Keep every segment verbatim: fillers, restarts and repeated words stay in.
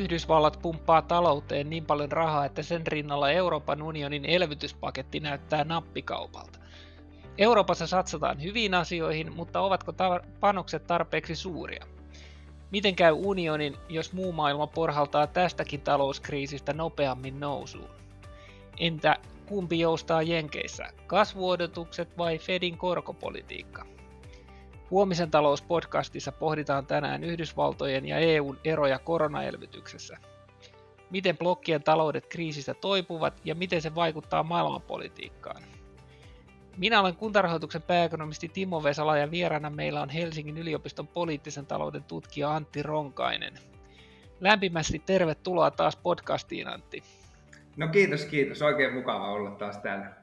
Yhdysvallat pumppaa talouteen niin paljon rahaa, että sen rinnalla Euroopan unionin elvytyspaketti näyttää nappikaupalta. Euroopassa satsataan hyviin asioihin, mutta ovatko tar- panokset tarpeeksi suuria? Miten käy unionin, jos muu maailma porhaltaa tästäkin talouskriisistä nopeammin nousuun? Entä kumpi joustaa Jenkeissä, kasvuodotukset vai Fedin korkopolitiikka? Huomisen talouspodcastissa pohditaan tänään Yhdysvaltojen ja E U:n eroja koronaelvytyksessä. Miten blokkien taloudet kriisistä toipuvat ja miten se vaikuttaa maailmanpolitiikkaan? Minä olen Kuntarahoituksen pääekonomisti Timo Vesala ja vieraana meillä on Helsingin yliopiston poliittisen talouden tutkija Antti Ronkainen. Lämpimästi tervetuloa taas podcastiin, Antti. No kiitos, kiitos. Oikein mukava olla taas täällä.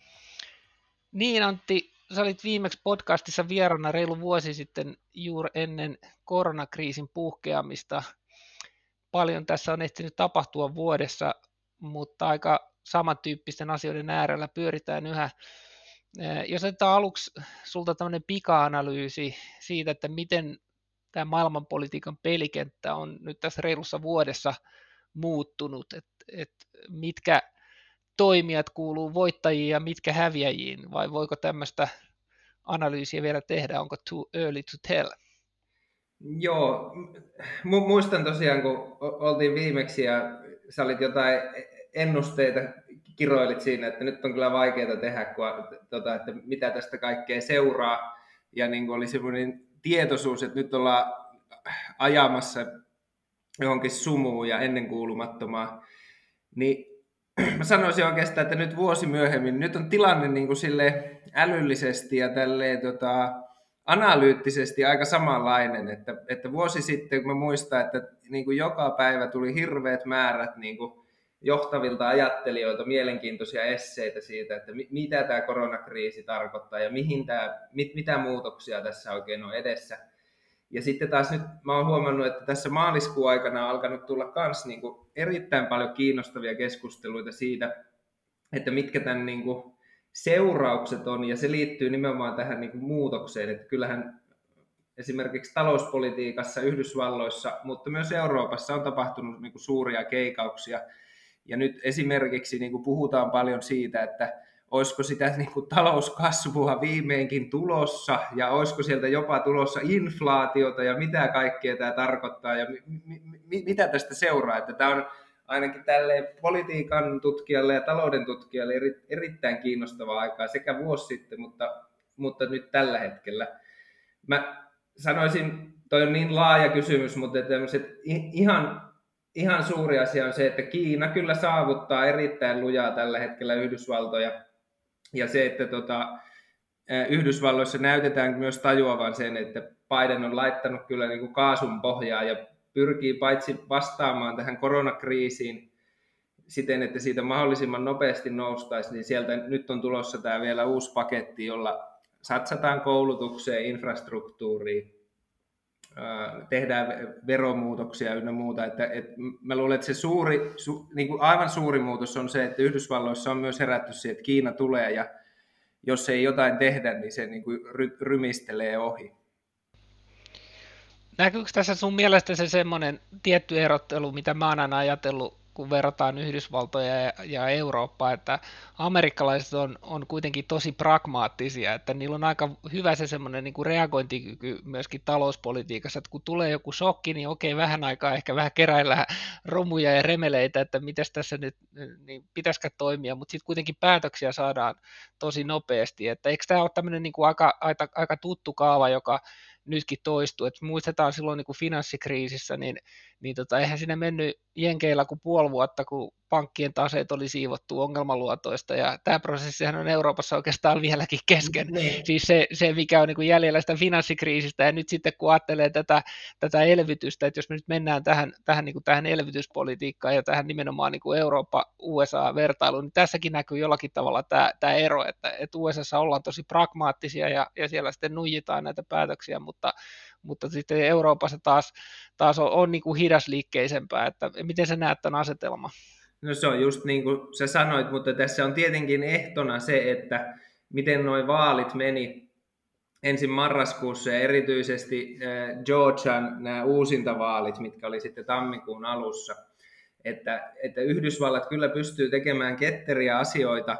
Niin, Antti, sä olit viimeksi podcastissa vieraana reilu vuosi sitten juuri ennen koronakriisin puhkeamista. Paljon tässä on ehtinyt tapahtua vuodessa, mutta aika samantyyppisten asioiden äärellä pyöritään yhä. Jos otetaan aluksi sulta tämmöinen pika-analyysi siitä, että miten tämä maailmanpolitiikan pelikenttä on nyt tässä reilussa vuodessa muuttunut, että et mitkä toimijat kuuluu voittajiin ja mitkä häviäjiin, vai voiko tämmöistä analyysiä vielä tehdä, onko too early to tell? Joo, mu- muistan tosiaan, kun oltiin viimeksi ja sä olit jotain ennusteita, kiroilit siinä, että nyt on kyllä vaikeaa tehdä, kun, tota, että mitä tästä kaikkea seuraa, ja niin oli semmoinen tietoisuus, että nyt ollaan ajamassa johonkin sumuun ja ennenkuulumattomaan, niin mä sanoisin oikeastaan, että nyt vuosi myöhemmin, nyt on tilanne niin kuin sille älyllisesti ja tälleen, tota, analyyttisesti aika samanlainen, että, että vuosi sitten, kun mä muistan, että niin kuin joka päivä tuli hirveät määrät niin kuin johtavilta ajattelijoilta mielenkiintoisia esseitä siitä, että mitä tämä koronakriisi tarkoittaa ja mihin tämä, mit, mitä muutoksia tässä oikein on edessä. Ja sitten taas nyt mä oon huomannut, että tässä maaliskuun aikana on alkanut tulla myös niin kuin erittäin paljon kiinnostavia keskusteluita siitä, että mitkä tämän niin kuin seuraukset on, ja se liittyy nimenomaan tähän niin kuin muutokseen, että kyllähän esimerkiksi talouspolitiikassa Yhdysvalloissa, mutta myös Euroopassa on tapahtunut niin kuin suuria keikauksia, ja nyt esimerkiksi niin kuin puhutaan paljon siitä, että olisiko sitä niin kuin talouskasvua viimeinkin tulossa, ja olisiko sieltä jopa tulossa inflaatiota, ja mitä kaikkea tämä tarkoittaa, ja mi- mi- mitä tästä seuraa, että tämä on ainakin tälle politiikan tutkijalle ja talouden tutkijalle eri, erittäin kiinnostavaa aikaa sekä vuosi sitten, mutta, mutta nyt tällä hetkellä. Mä sanoisin, toi on niin laaja kysymys, mutta ihan, ihan suuri asia on se, että Kiina kyllä saavuttaa erittäin lujaa tällä hetkellä Yhdysvaltoja, ja se, että tota, Yhdysvalloissa näytetään myös tajuavan sen, että Biden on laittanut kyllä niin kuin kaasun pohjaa ja pyrkii paitsi vastaamaan tähän koronakriisiin siten, että siitä mahdollisimman nopeasti noustaisi, niin sieltä nyt on tulossa tämä vielä uusi paketti, jolla satsataan koulutukseen, infrastruktuuriin, tehdään veromuutoksia ynnä muuta. Että, että mä luulen, että se suuri, su, niin kuin aivan suuri muutos on se, että Yhdysvalloissa on myös herätty siihen, että Kiina tulee, ja jos ei jotain tehdä, niin se niin kuin ry, rymistelee ohi. Näkyykö tässä sun mielestä se semmoinen tietty erottelu, mitä mä oon aina ajatellut, kun verrataan Yhdysvaltoja ja, ja Eurooppaa, että amerikkalaiset on, on kuitenkin tosi pragmaattisia, että niillä on aika hyvä se semmoinen niin kuin reagointikyky myöskin talouspolitiikassa, että kun tulee joku shokki, niin okei, vähän aikaa ehkä vähän keräillään romuja ja remeleitä, että mitäs tässä nyt, niin pitäisikö toimia, mutta sitten kuitenkin päätöksiä saadaan tosi nopeasti, että eikö tämä ole tämmöinen niin kuin aika, aika, aika tuttu kaava, joka nytkin toistuu, että muistetaan silloin niin kuin finanssikriisissä, niin, niin tota, eihän siinä mennyt Jenkeillä kuin puoli vuotta, kun pankkien taseet oli siivottu ongelmaluotoista, ja tämä prosessihan on Euroopassa oikeastaan vieläkin kesken, niin. Siis se, se mikä on niin kuin jäljellä sitä finanssikriisistä, ja nyt sitten kun ajattelee tätä, tätä elvytystä, että jos me nyt mennään tähän, tähän, niin kuin tähän elvytyspolitiikkaan ja tähän nimenomaan niin kuin Eurooppa-U S A-vertailuun, niin tässäkin näkyy jollakin tavalla tämä, tämä ero, että, että U S A:ssa ollaan tosi pragmaattisia, ja, ja siellä sitten nuijitaan näitä päätöksiä, mutta, mutta sitten Euroopassa taas, taas on, on niin kuin hidasliikkeisempää, että miten sä näet tämän asetelman? No se on just niin kuin sä sanoit, mutta tässä on tietenkin ehtona se, että miten nuo vaalit meni ensin marraskuussa ja erityisesti Georgian nämä uusintavaalit, mitkä oli sitten tammikuun alussa, että, että Yhdysvallat kyllä pystyy tekemään ketteriä asioita,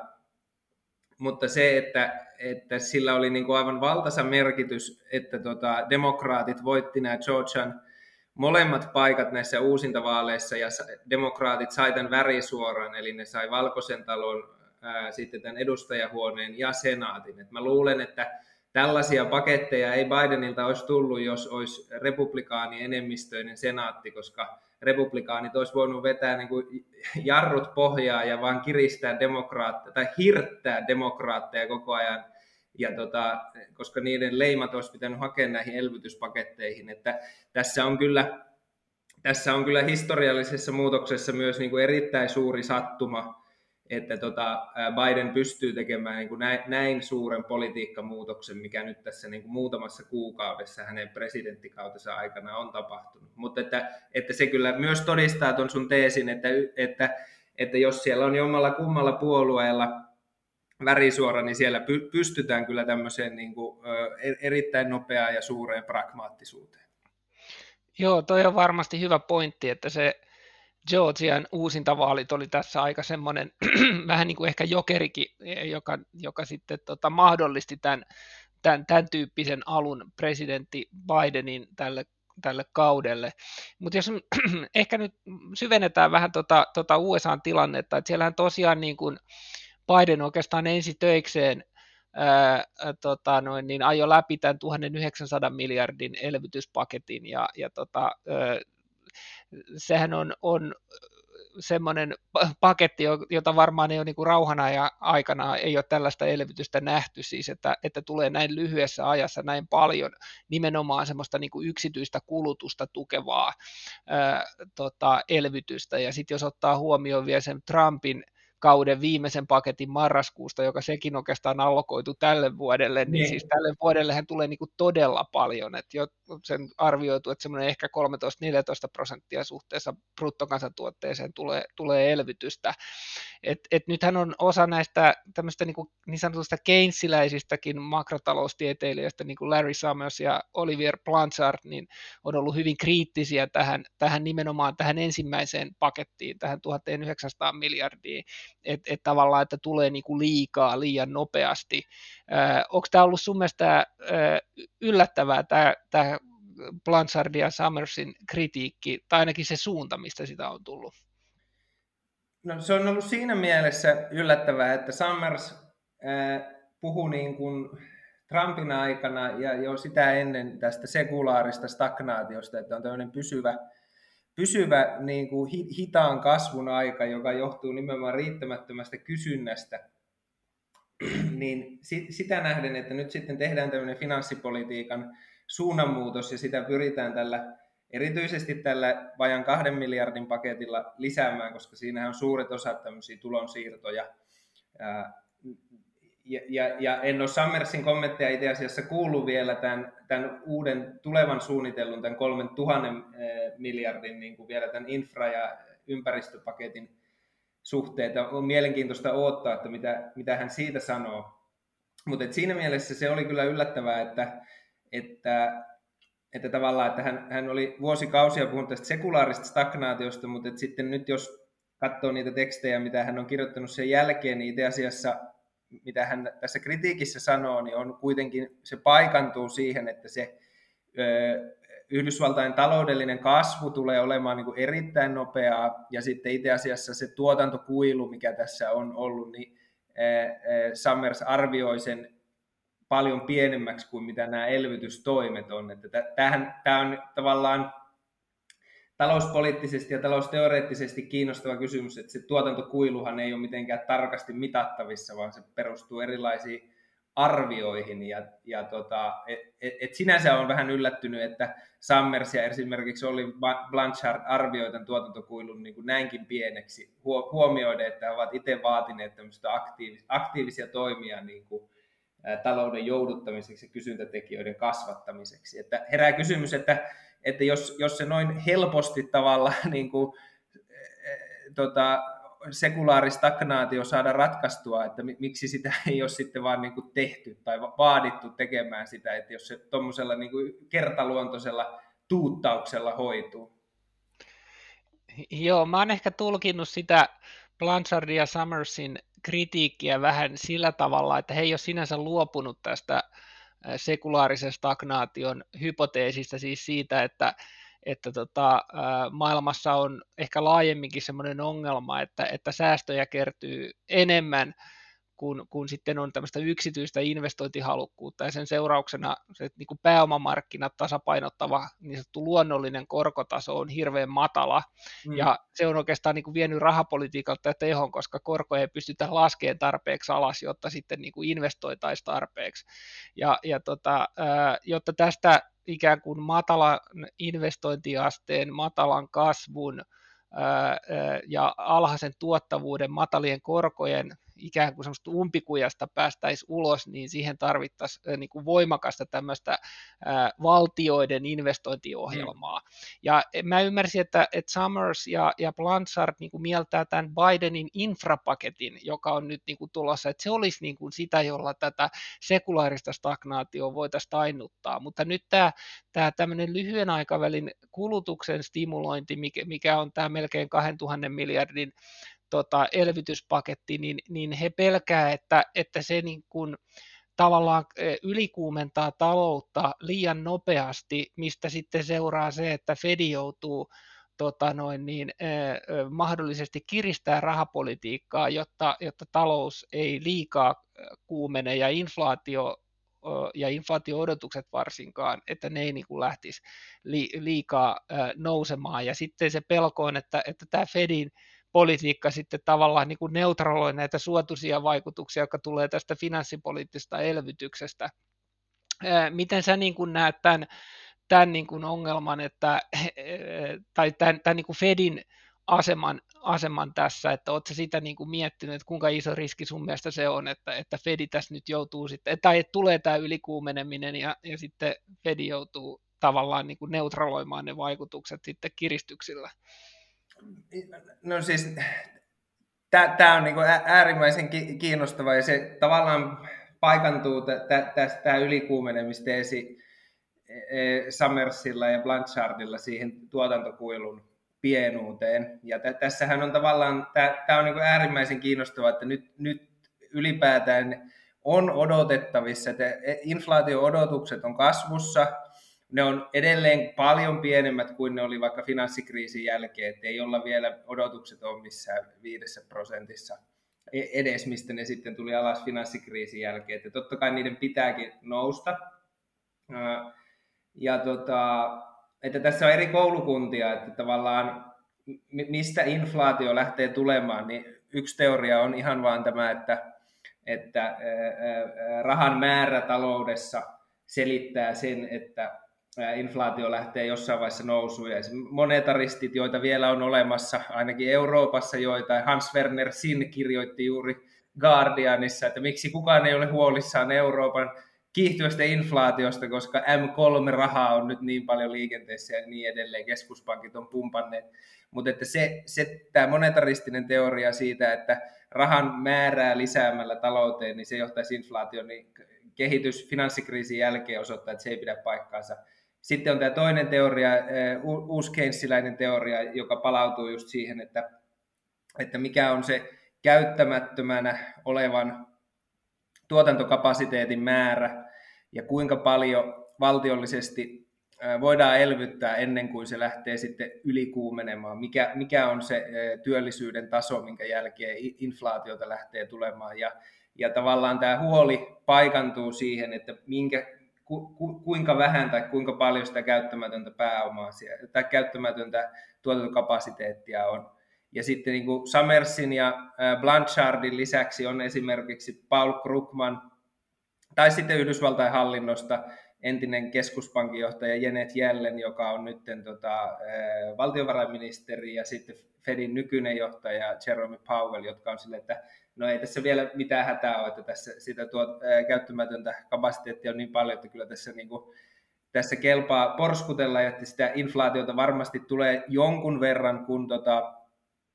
mutta se, että, että sillä oli niin kuin aivan valtaisa merkitys, että tota, demokraatit voitti nämä Georgian molemmat paikat näissä uusintavaaleissa ja demokraatit sai tämän värisuoran, eli ne sai Valkoisen talon, ää, sitten tämän edustajahuoneen ja senaatin. Et mä luulen, että tällaisia paketteja ei Bidenilta olisi tullut, jos olisi republikaanienemmistöinen senaatti, koska republikaanit olisi voinut vetää niin kuin jarrut pohjaa ja vaan kiristää demokraatteja tai hirttää demokraatteja koko ajan, ja tota, koska niiden leimat olisi pitänyt hakea näihin elvytyspaketteihin. Että tässä on kyllä, tässä on kyllä historiallisessa muutoksessa myös niin kuin erittäin suuri sattuma, että tota Biden pystyy tekemään niin kuin näin, näin suuren politiikkamuutoksen, mikä nyt tässä niin kuin muutamassa kuukaudessa hänen presidenttikautensa aikana on tapahtunut. Mutta että, että se kyllä myös todistaa tuon sun teesin, että, että, että jos siellä on jommalla kummalla puolueella värisuora, niin siellä pystytään kyllä tämmöiseen niin kuin erittäin nopeaan ja suureen pragmaattisuuteen. Joo, toi on varmasti hyvä pointti, että se Georgian uusintavaalit oli tässä aika semmoinen vähän niin kuin ehkä jokerikin, joka, joka sitten tota, mahdollisti tämän, tämän, tämän tyyppisen alun presidentti Bidenin tälle, tälle kaudelle. Mutta jos ehkä nyt syvennetään vähän tota, tota U S A:n tilannetta, että siellähän tosiaan niin kuin Biden oikeastaan ensi töikseen ää, tota, noin, niin ajoi läpi tämän tuhatyhdeksänsataa miljardin elvytyspaketin, ja, ja tota, ää, sehän on, on semmoinen paketti, jota varmaan ei ole niin kuin rauhanajan aikana ei ole tällaista elvytystä nähty, siis että, että tulee näin lyhyessä ajassa näin paljon nimenomaan semmoista niin kuin yksityistä kulutusta tukevaa ää, tota, elvytystä, ja sitten jos ottaa huomioon vielä sen Trumpin kauden viimeisen paketin marraskuusta, joka sekin oikeastaan allokoitu tälle vuodelle, niin, niin siis tälle vuodellehän tulee niin kuin todella paljon, että jo sen arvioitu, että semmoinen ehkä kolmetoista neljätoista prosenttia suhteessa bruttokansantuotteeseen tulee, tulee elvytystä. Et, et nythän on osa näistä tämmöistä niin, kuin niin sanotusta keynesiläisistäkin makrotaloustieteilijöistä, niin kuin Larry Summers ja Olivier Blanchard, niin on ollut hyvin kriittisiä tähän, tähän nimenomaan tähän ensimmäiseen pakettiin, tähän tuhatyhdeksänsataa miljardiin, että et tavallaan, että tulee niin kuin liikaa liian nopeasti. Äh, onko tämä ollut sun mielestä äh, yllättävää, tämä Blanchardin ja Summersin kritiikki, tai ainakin se suunta, mistä sitä on tullut? No, se on ollut siinä mielessä yllättävää, että Summers äh, puhui niin kuin Trumpin aikana ja jo sitä ennen tästä sekulaarista stagnaatiosta, että on tämmöinen pysyvä, pysyvä niin kuin hitaan kasvun aika, joka johtuu nimenomaan riittämättömästä kysynnästä, niin sitä nähden, että nyt sitten tehdään tämmöinen finanssipolitiikan suunnanmuutos ja sitä pyritään tällä, erityisesti tällä vajan kahden miljardin paketilla lisäämään, koska siinähän on suuret osat tämmöisiä tulonsiirtoja. Ja, ja, ja en ole Summersin kommentteja itse asiassa kuullut vielä tämän, tämän uuden tulevan suunnitellun, tämän kolmen tuhannen miljardin, niin kuin vielä tämän infra- ja ympäristöpaketin suhteita. On mielenkiintoista odottaa, että mitä, mitä hän siitä sanoo. Mutta siinä mielessä se oli kyllä yllättävää, että, että, että tavallaan, että hän, hän oli vuosikausia puhunut tästä sekulaarista stagnaatiosta, mutta että sitten nyt jos katsoo niitä tekstejä, mitä hän on kirjoittanut sen jälkeen, niin itse asiassa mitä hän tässä kritiikissä sanoo, niin on kuitenkin, se paikantuu siihen, että se ö, Yhdysvaltain taloudellinen kasvu tulee olemaan niin kuin erittäin nopeaa, ja sitten itse asiassa se tuotantokuilu, mikä tässä on ollut, niin Summers arvioi sen paljon pienemmäksi kuin mitä nämä elvytystoimet on. Että tämähän, tämä on tavallaan talouspoliittisesti ja talousteoreettisesti kiinnostava kysymys, että se tuotantokuiluhan ei ole mitenkään tarkasti mitattavissa, vaan se perustuu erilaisiin arvioihin. Ja, ja tota, et, et, et sinänsä on vähän yllättynyt, että Summers ja esimerkiksi Oli Blanchard arvioi tämän tuotantokuilun niin kuin näinkin pieneksi, huomioiden, että he ovat itse vaatineet tämmöistä aktiivis, aktiivisia toimia niin kuin, ä, talouden jouduttamiseksi ja kysyntätekijöiden kasvattamiseksi. Että herää kysymys, että että jos, jos se noin helposti tavallaan niin kuin, tota, sekulaaristagnaatio saada ratkaistua, että miksi sitä ei ole sitten vaan niin kuin tehty tai vaadittu tekemään sitä, että jos se tuommoisella niin kuin kertaluontoisella tuuttauksella hoituu. Joo, mä oon ehkä tulkinnut sitä Blanchardin ja Summersin kritiikkiä vähän sillä tavalla, että he ei ole sinänsä luopunut tästä sekulaarisen stagnaation hypoteesista, siis siitä, että, että tota, maailmassa on ehkä laajemminkin sellainen ongelma, että, että säästöjä kertyy enemmän, kun, kun sitten on tämmöistä yksityistä investointihalukkuutta, ja sen seurauksena se niin kuin pääomamarkkinat tasapainottava niin sanottu luonnollinen korkotaso on hirveän matala, mm. ja se on oikeastaan niin kuin vienyt rahapolitiikalta tehon, koska korkoja ei pystytä laskemaan tarpeeksi alas, jotta sitten niin kuin investoitaisiin tarpeeksi, ja, ja tota, jotta tästä ikään kuin matalan investointiasteen, matalan kasvun ja alhaisen tuottavuuden, matalien korkojen ikään kuin semmoista umpikujasta päästäisiin ulos, niin siihen tarvittaisiin niin kuin voimakasta tämmöistä valtioiden investointiohjelmaa. Mm. Ja mä ymmärsin, että, että Summers ja, ja Blanchard niin kuin mieltää tämän Bidenin infrapaketin, joka on nyt niin kuin tulossa, että se olisi niin kuin sitä, jolla tätä sekulaarista stagnaatioa voitaisiin tainnuttaa, mutta nyt tämä, tämä tämmöinen lyhyen aikavälin kulutuksen stimulointi, mikä, mikä on tämä melkein kahdentuhannen miljardin tota, elvytyspaketti, niin, niin he pelkää, että, että se niin kuin tavallaan ylikuumentaa taloutta liian nopeasti, mistä sitten seuraa se, että Fed joutuu tota noin, niin, eh, mahdollisesti kiristää rahapolitiikkaa, jotta, jotta talous ei liikaa kuumene ja inflaatio ja inflaatio-odotukset varsinkaan, että ne ei niin kuin lähtisi liikaa nousemaan. Ja sitten se pelko on, että, että tämä Fedin politiikka sitten tavallaan niin kuin neutraloi näitä suotuisia vaikutuksia, jotka tulee tästä finanssipoliittisesta elvytyksestä. Miten sä niin kuin näet tämän, tämän niin kuin ongelman, että, tai tämän, tämän niin kuin Fedin aseman, aseman tässä, että oletko sitä niin kuin miettinyt, että kuinka iso riski sun mielestä se on, että, että Fedi tässä nyt joutuu sitten, tai että tulee tämä ylikuumeneminen ja, ja sitten Fedi joutuu tavallaan niin kuin neutraloimaan ne vaikutukset sitten kiristyksillä? No siis tämä on niin kuin äärimmäisen kiinnostava ja se tavallaan paikantuu tämä ylikuumenemisteesi Summersilla ja Blanchardilla siihen tuotantokuilun pienuuteen. Ja t- tässähän on tavallaan, tämä on niin kuin äärimmäisen kiinnostavaa, että nyt, nyt ylipäätään on odotettavissa, että inflaatio-odotukset on kasvussa, ne on edelleen paljon pienemmät kuin ne oli vaikka finanssikriisin jälkeen, että ei olla vielä, odotukset on missään viidessä prosentissa edes, mistä ne sitten tuli alas finanssikriisin jälkeen, että totta kai niiden pitääkin nousta. Ja tota, että tässä on eri koulukuntia, että tavallaan mistä inflaatio lähtee tulemaan, niin yksi teoria on ihan vaan tämä, että, että rahan määrä taloudessa selittää sen, että inflaatio lähtee jossain vaiheessa nousuun. Ja monetaristit, joita vielä on olemassa, ainakin Euroopassa, joita Hans Werner Sinn kirjoitti juuri Guardianissa, että miksi kukaan ei ole huolissaan Euroopan kiihtyvästä inflaatiosta, koska M kolme rahaa on nyt niin paljon liikenteessä ja niin edelleen, keskuspankit on pumpanneet. Mutta että se, se, tämä monetaristinen teoria siitä, että rahan määrää lisäämällä talouteen, niin se johtaisi inflaatioon, niin kehitys finanssikriisin jälkeen osoittaa, että se ei pidä paikkaansa. Sitten on tämä toinen teoria, uusi keynesiläinen teoria, joka palautuu just siihen, että, että mikä on se käyttämättömänä olevan tuotantokapasiteetin määrä ja kuinka paljon valtiollisesti voidaan elvyttää ennen kuin se lähtee sitten ylikuumenemaan. Mikä, mikä on se työllisyyden taso, minkä jälkeen inflaatiota lähtee tulemaan. Ja, ja tavallaan tämä huoli paikantuu siihen, että minkä, ku, ku, kuinka vähän tai kuinka paljon sitä käyttämätöntä pääomaa tai käyttämätöntä tuotantokapasiteettia on. Ja sitten niin kuin Summersin ja Blanchardin lisäksi on esimerkiksi Paul Krugman, tai sitten Yhdysvaltain hallinnosta entinen keskuspankinjohtaja Janet Yellen, joka on nyt tota, valtiovarainministeri, ja sitten Fedin nykyinen johtaja Jerome Powell, jotka on sille, että no ei tässä vielä mitään hätää ole, että tässä sitä tuo, ää, käyttämätöntä kapasiteettia on niin paljon, että kyllä tässä, niin kuin, tässä kelpaa porskutella, ja että sitä inflaatiota varmasti tulee jonkun verran, kun tota,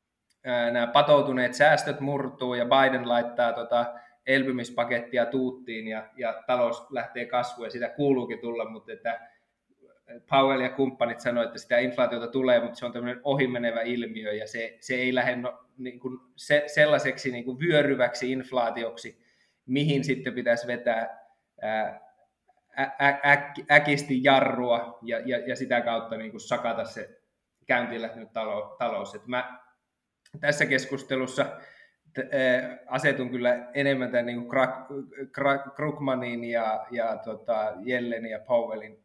nämä patoutuneet säästöt murtuu ja Biden laittaa tota elpymispakettia tuuttiin ja, ja talous lähtee kasvuun ja sitä kuuluukin tulla, mutta että Powell ja kumppanit sanoivat, että sitä inflaatiota tulee, mutta se on tämmöinen ohimenevä ilmiö ja se, se ei lähde no, niin kuin se, sellaiseksi niin kuin vyöryväksi inflaatioksi, mihin sitten pitäisi vetää ää, ä, ä, äkisti jarrua ja, ja, ja sitä kautta niin kuin sakata se käyntiin lähtenyt talous. Että mä tässä keskustelussa asetun kyllä enemmän tämän niin kuin Krugmanin ja, ja tota, Jellenin ja Powellin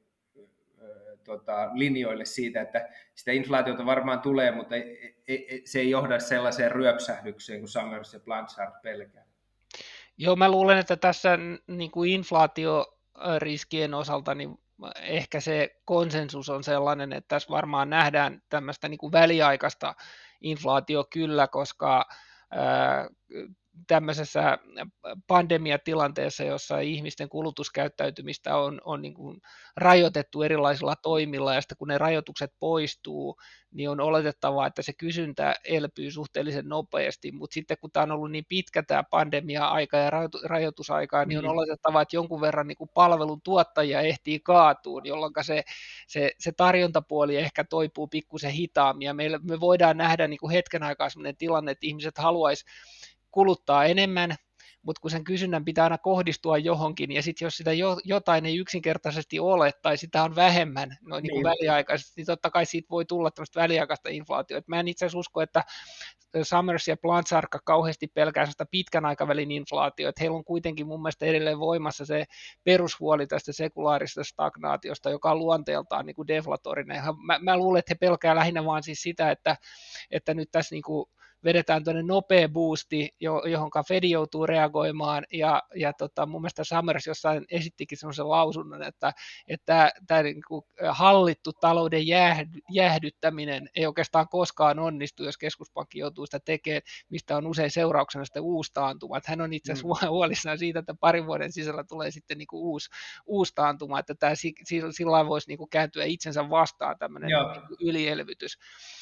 tota, linjoille siitä, että sitä inflaatiota varmaan tulee, mutta ei, ei, se ei johda sellaiseen ryöpsähdykseen kuin Summers ja Blanchard pelkää. Joo, mä luulen, että tässä niin kuin inflaatioriskien osalta niin ehkä se konsensus on sellainen, että tässä varmaan nähdään tämmöistä niin kuin väliaikaista inflaatio kyllä, koska ää, tämmöisessä pandemiatilanteessa, jossa ihmisten kulutuskäyttäytymistä on, on niin kuin rajoitettu erilaisilla toimilla, ja sitten kun ne rajoitukset poistuu, niin on oletettavaa, että se kysyntä elpyy suhteellisen nopeasti, mutta sitten kun tämä on ollut niin pitkä tämä pandemia-aika ja rajoitusaika, niin on oletettavaa, että jonkun verran niin kuin palvelun tuottajia ehtii kaatuun, jolloin se, se, se tarjontapuoli ehkä toipuu pikkusen hitaammin, ja meillä, me voidaan nähdä niin kuin hetken aikaa sellainen tilanne, että ihmiset haluaisi kuluttaa enemmän, mutta kun sen kysynnän pitää aina kohdistua johonkin, ja sitten jos sitä jo, jotain ei yksinkertaisesti ole, tai sitä on vähemmän noin niin kuin väliaikaisesti, niin totta kai siitä voi tulla tämmöistä väliaikaista inflaatiota. Mä en itse asiassa usko, että Summers ja Blanchard kauheasti pelkää sitä pitkän aikavälin inflaatio, että heillä on kuitenkin mun mielestä edelleen voimassa se perushuoli tästä sekulaarisesta stagnaatiosta, joka on luonteeltaan niin kuin deflatorinen. Mä, mä luulen, että he pelkää lähinnä vaan siis sitä, että, että nyt tässä niin kuin vedetään tuonne nopea boosti, johon Fed joutuu reagoimaan, ja, ja tota, mun mielestä Summers jossain esittikin semmoisen lausunnon, että, että tämä niin kuin hallittu talouden jäähdyttäminen ei oikeastaan koskaan onnistu, jos keskuspankki joutuu sitä tekemään, mistä on usein seurauksena sitten uusi taantuma. Että hän on itse asiassa mm. huolissaan siitä, että parin vuoden sisällä tulee sitten niin kuin uusi, uusi taantuma, että tämä sillä voisi niin kuin kääntyä itsensä vastaan tämmöinen niin kuin ylielvytys.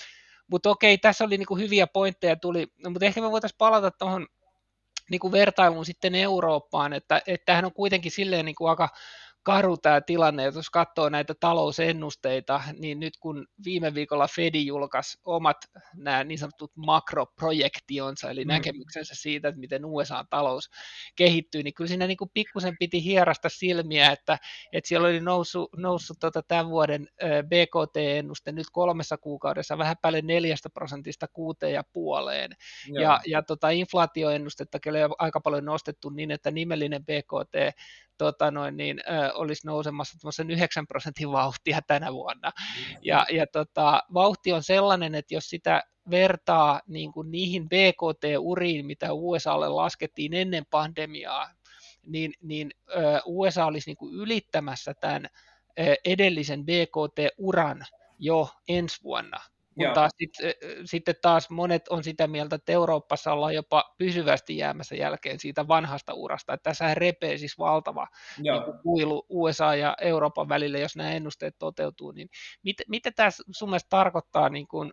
Mutta okei, tässä oli niinku hyviä pointteja tuli, no, mutta ehkä me voitaisiin palata tuohon niinku vertailuun sitten Eurooppaan, että tämähän on kuitenkin silleen niinku aika karu tämä tilanne, että jos katsoo näitä talousennusteita, niin nyt kun viime viikolla Fed julkaisi omat nämä niin sanotut makroprojektionsa, eli mm. näkemyksensä siitä, että miten U S A-talous kehittyy, niin kyllä siinä niin kuin pikkusen piti hierasta silmiä, että, että siellä oli noussut, noussut tota tämän vuoden B K T-ennuste nyt kolmessa kuukaudessa vähän päälle neljästä prosentista kuuteen ja puoleen, Joo. ja, ja tota inflaatioennustettakin oli aika paljon nostettu niin, että nimellinen B K T Tota noin, niin, ö, olisi nousemassa yhdeksän prosentin vauhtia tänä vuonna. Ja, ja tota, vauhti on sellainen, että jos sitä vertaa niin kuin niihin B K T-uriin, mitä U S A:lle laskettiin ennen pandemiaa, niin, niin ö, U S A olisi niin kuin ylittämässä tämän ö, edellisen B K T-uran jo ensi vuonna. Mutta sitten sit taas monet on sitä mieltä, että Euroopassa ollaan jopa pysyvästi jäämässä jälkeen siitä vanhasta urasta. Että tässä repee siis valtava niin kuin kuilu U S A ja Euroopan välillä, jos nämä ennusteet toteutuu. Niin mit, mitä tämä sun mielestä tarkoittaa niin kuin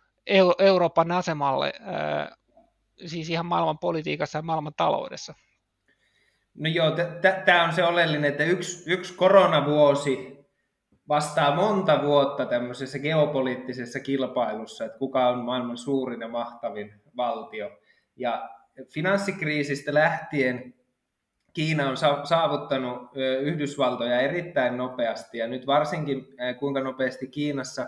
Euroopan asemalle, ää, siis ihan maailman politiikassa ja maailman taloudessa? No joo, tämä on se oleellinen, että yksi, yksi koronavuosi vastaa monta vuotta tämmöisessä geopoliittisessa kilpailussa, että kuka on maailman suurin ja mahtavin valtio. Ja finanssikriisistä lähtien Kiina on saavuttanut Yhdysvaltoja erittäin nopeasti, ja nyt varsinkin kuinka nopeasti Kiinassa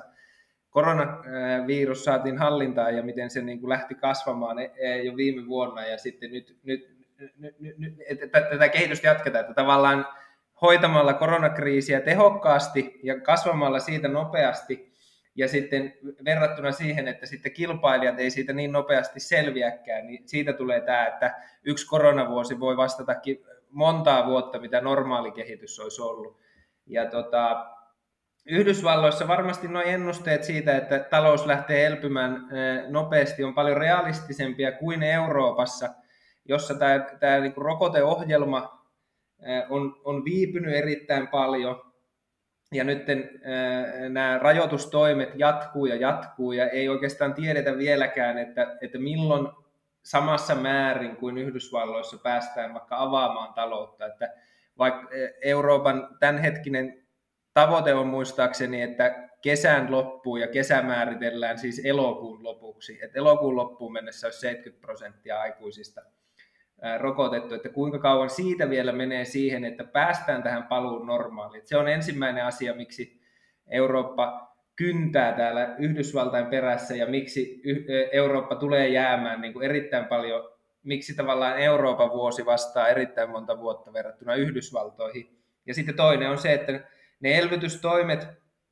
koronavirus saatiin hallintaan ja miten se niin kuin lähti kasvamaan jo viime vuonna, ja sitten nyt, nyt, nyt, nyt että tätä kehitystä jatketaan, että tavallaan hoitamalla koronakriisiä tehokkaasti ja kasvamalla siitä nopeasti, ja sitten verrattuna siihen, että sitten kilpailijat ei siitä niin nopeasti selviäkään, niin siitä tulee tämä, että yksi koronavuosi voi vastata montaa vuotta, mitä normaali kehitys olisi ollut. Ja tota, Yhdysvalloissa varmasti nuo ennusteet siitä, että talous lähtee elpymään nopeasti, on paljon realistisempia kuin Euroopassa, jossa tämä, tämä niin kuin rokoteohjelma on, on viipynyt erittäin paljon, ja nyt nämä rajoitustoimet jatkuu ja jatkuu, ja ei oikeastaan tiedetä vieläkään, että, että milloin samassa määrin kuin Yhdysvalloissa päästään vaikka avaamaan taloutta. Että vaikka Euroopan tämänhetkinen tavoite on muistaakseni, että kesän loppuun, ja kesä määritellään siis elokuun lopuksi, että elokuun loppuun mennessä olisi seitsemänkymmentä prosenttia aikuisista rokotettu, että kuinka kauan siitä vielä menee siihen, että päästään tähän paluun normaaliin. Se on ensimmäinen asia, miksi Eurooppa kyntää täällä Yhdysvaltain perässä, ja miksi Eurooppa tulee jäämään niin kuin erittäin paljon, miksi tavallaan Euroopan vuosi vastaa erittäin monta vuotta verrattuna Yhdysvaltoihin. Ja sitten toinen on se, että ne elvytystoimet